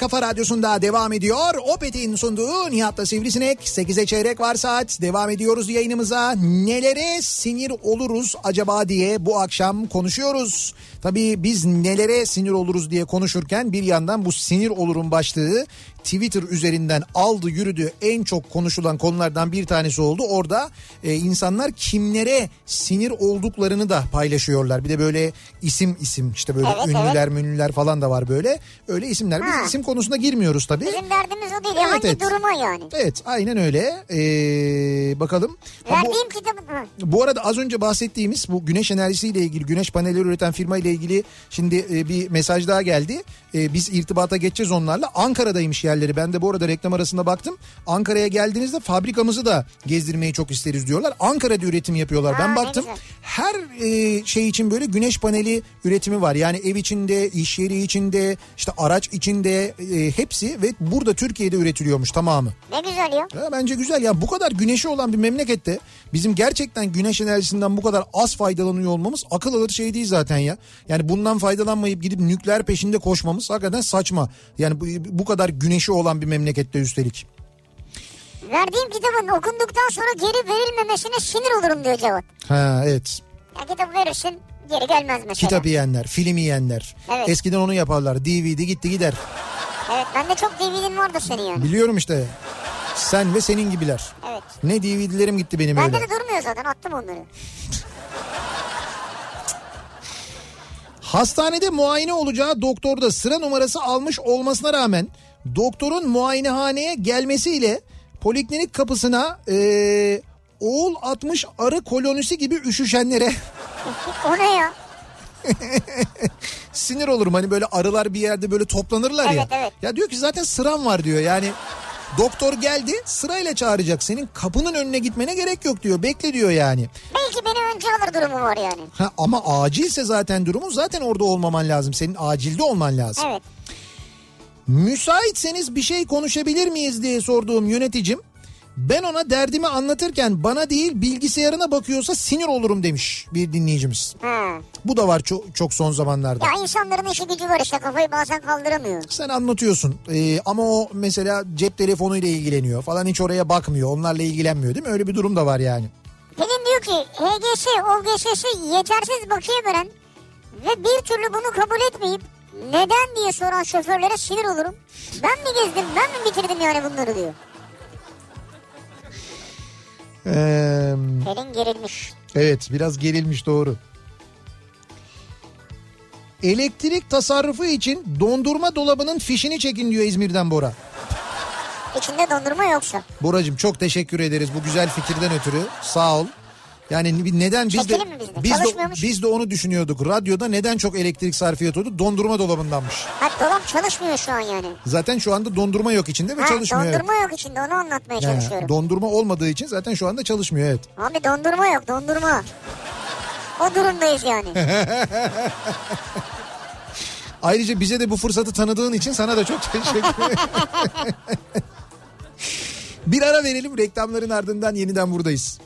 Kafa Radyosu'nda devam ediyor. Opet'in sunduğu Nihat'la Sivrisinek. 8'e çeyrek var saat. Devam ediyoruz yayınımıza. Nelere sinir oluruz acaba diye bu akşam konuşuyoruz. Tabii biz nelere sinir oluruz diye konuşurken bir yandan bu sinir olurum başlığı Twitter üzerinden aldı yürüdü, en çok konuşulan konulardan bir tanesi oldu. Orada insanlar kimlere sinir olduklarını da paylaşıyorlar. Bir de böyle isim işte böyle ünlüler münlüler falan da var böyle. Öyle isimler. Biz isim konusuna girmiyoruz tabii. Bizim derdimiz o değil. Hangi duruma yani? Evet, aynen öyle. Bakalım. Verdiğim kitabı. Bu arada az önce bahsettiğimiz bu güneş enerjisiyle ilgili, güneş panelleri üreten firma ile ilgili şimdi bir mesaj daha geldi. Biz irtibata geçeceğiz onlarla. Ankara'daymış yerleri. Ben de bu arada reklam arasında baktım. Ankara'ya geldiğinizde fabrikamızı da gezdirmeyi çok isteriz diyorlar. Ankara'da üretim yapıyorlar. Ben baktım. Her şey için böyle güneş paneli üretimi var. Yani ev içinde, iş yeri içinde, işte araç içinde hepsi ve burada Türkiye'de üretiliyormuş tamamı. Ne güzel ya. Bence güzel ya. Bu kadar güneşi olan bir memlekette bizim gerçekten güneş enerjisinden bu kadar az faydalanıyor olmamız akıl alır şey değil zaten ya. Yani bundan faydalanmayıp gidip nükleer peşinde koşmamız hakikaten saçma. Yani bu kadar güneşi olan bir memlekette üstelik. Verdiğim kitabın okunduktan sonra geri verilmemesine sinir olurum diyor Cevat. Ha evet. Ya kitap verirsin geri gelmez mesela. Kitap yiyenler, film yiyenler. Evet. Eskiden onu yaparlar. DVD gitti gider. Evet, bende çok DVD'm vardı senin yani. Biliyorum işte. Sen ve senin gibiler. Evet. Ne DVD'lerim gitti benim öyle. Bende de durmuyor zaten, attım onları. Hastanede muayene olacağı doktorda sıra numarası almış olmasına rağmen doktorun muayenehaneye gelmesiyle poliklinik kapısına oğul atmış arı kolonisi gibi üşüşenlere o ne ya? sinir olurum. Hani böyle arılar bir yerde böyle toplanırlar ya. Evet. Ya diyor ki zaten sıram var diyor. Yani doktor geldi, sırayla çağıracak. Senin kapının önüne gitmene gerek yok diyor. Bekle diyor yani. Belki beni önce alır durumu var yani. Ama acilse zaten durumun, zaten orada olmaman lazım. Senin acilde olman lazım. Evet. Müsaitseniz bir şey konuşabilir miyiz diye sorduğum yöneticim, ben ona derdimi anlatırken bana değil bilgisayarına bakıyorsa sinir olurum demiş bir dinleyicimiz. Bu da var çok son zamanlarda. Ya insanların işi gücü var işte, kafayı bazen kaldıramıyor. Sen anlatıyorsun ama o mesela cep telefonuyla ilgileniyor falan, hiç oraya bakmıyor, onlarla ilgilenmiyor değil mi? Öyle bir durum da var yani. Pelin diyor ki HGS, OGS'si yetersiz bakiye veren ve bir türlü bunu kabul etmeyip neden diye soran şoförlere sinir olurum. Ben mi gezdim, ben mi bitirdim yani bunları diyor. Pelin gerilmiş. Evet, biraz gerilmiş, doğru. Elektrik tasarrufu için dondurma dolabının fişini çekin diyor İzmir'den Bora. İçinde dondurma yoksa. Boracığım çok teşekkür ederiz bu güzel fikirden ötürü. Sağ ol. Yani neden biz de onu düşünüyorduk. Radyoda neden çok elektrik sarf ediyordu? Dondurma dolabındanmış. Dolap çalışmıyor şu an yani. Zaten şu anda dondurma yok içinde ve çalışmıyor. Dondurma yok içinde, onu anlatmaya çalışıyorum. Dondurma olmadığı için zaten şu anda çalışmıyor, evet. Abi dondurma yok, dondurma. O durumdayız yani. Ayrıca bize de bu fırsatı tanıdığın için sana da çok teşekkür ederim. Bir ara verelim, reklamların ardından yeniden buradayız.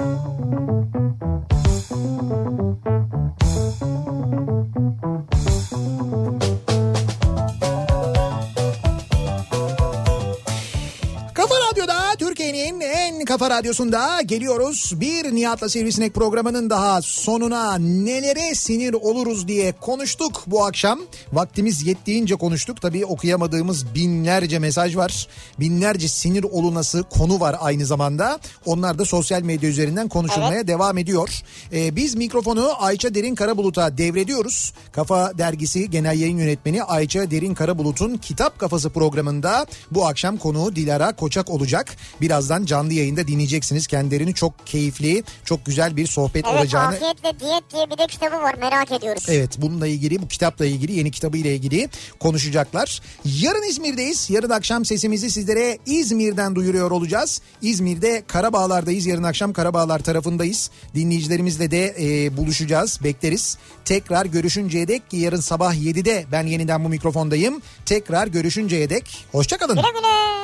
Kafa Radyo'da, Türkiye'nin en kafa radyosunda geliyoruz. Bir Nihat'la Sivrisinek programının daha sonuna. Nelere sinir oluruz diye konuştuk bu akşam. Vaktimiz yettiğince konuştuk. Tabii okuyamadığımız binlerce mesaj var. Binlerce sinir olunası konu var aynı zamanda. Onlar da sosyal medya üzerinden konuşulmaya devam ediyor. Biz mikrofonu Ayça Derin Karabulut'a devrediyoruz. Kafa Dergisi Genel Yayın Yönetmeni Ayça Derin Karabulut'un Kitap Kafası programında bu akşam konuğu Dilara Koçak olacak. Birazdan canlı yayında dinleyeceksiniz. Kendilerini çok keyifli, çok güzel bir sohbet olacağını. Evet, Afiyet ve Diyet diye bir de kitabı var, merak ediyoruz. Evet, bununla ilgili, bu kitapla ilgili, yeni kitabıyla ilgili konuşacaklar. Yarın İzmir'deyiz. Yarın akşam sesimizi sizlere İzmir'den duyuruyor olacağız. İzmir'de Karabağlar'dayız. Yarın akşam Karabağlar tarafındayız. Dinleyicilerimizle de buluşacağız. Bekleriz. Tekrar görüşünceye dek, yarın sabah 7'de ben yeniden bu mikrofondayım. Tekrar görüşünceye dek hoşça kalın. Güle güle.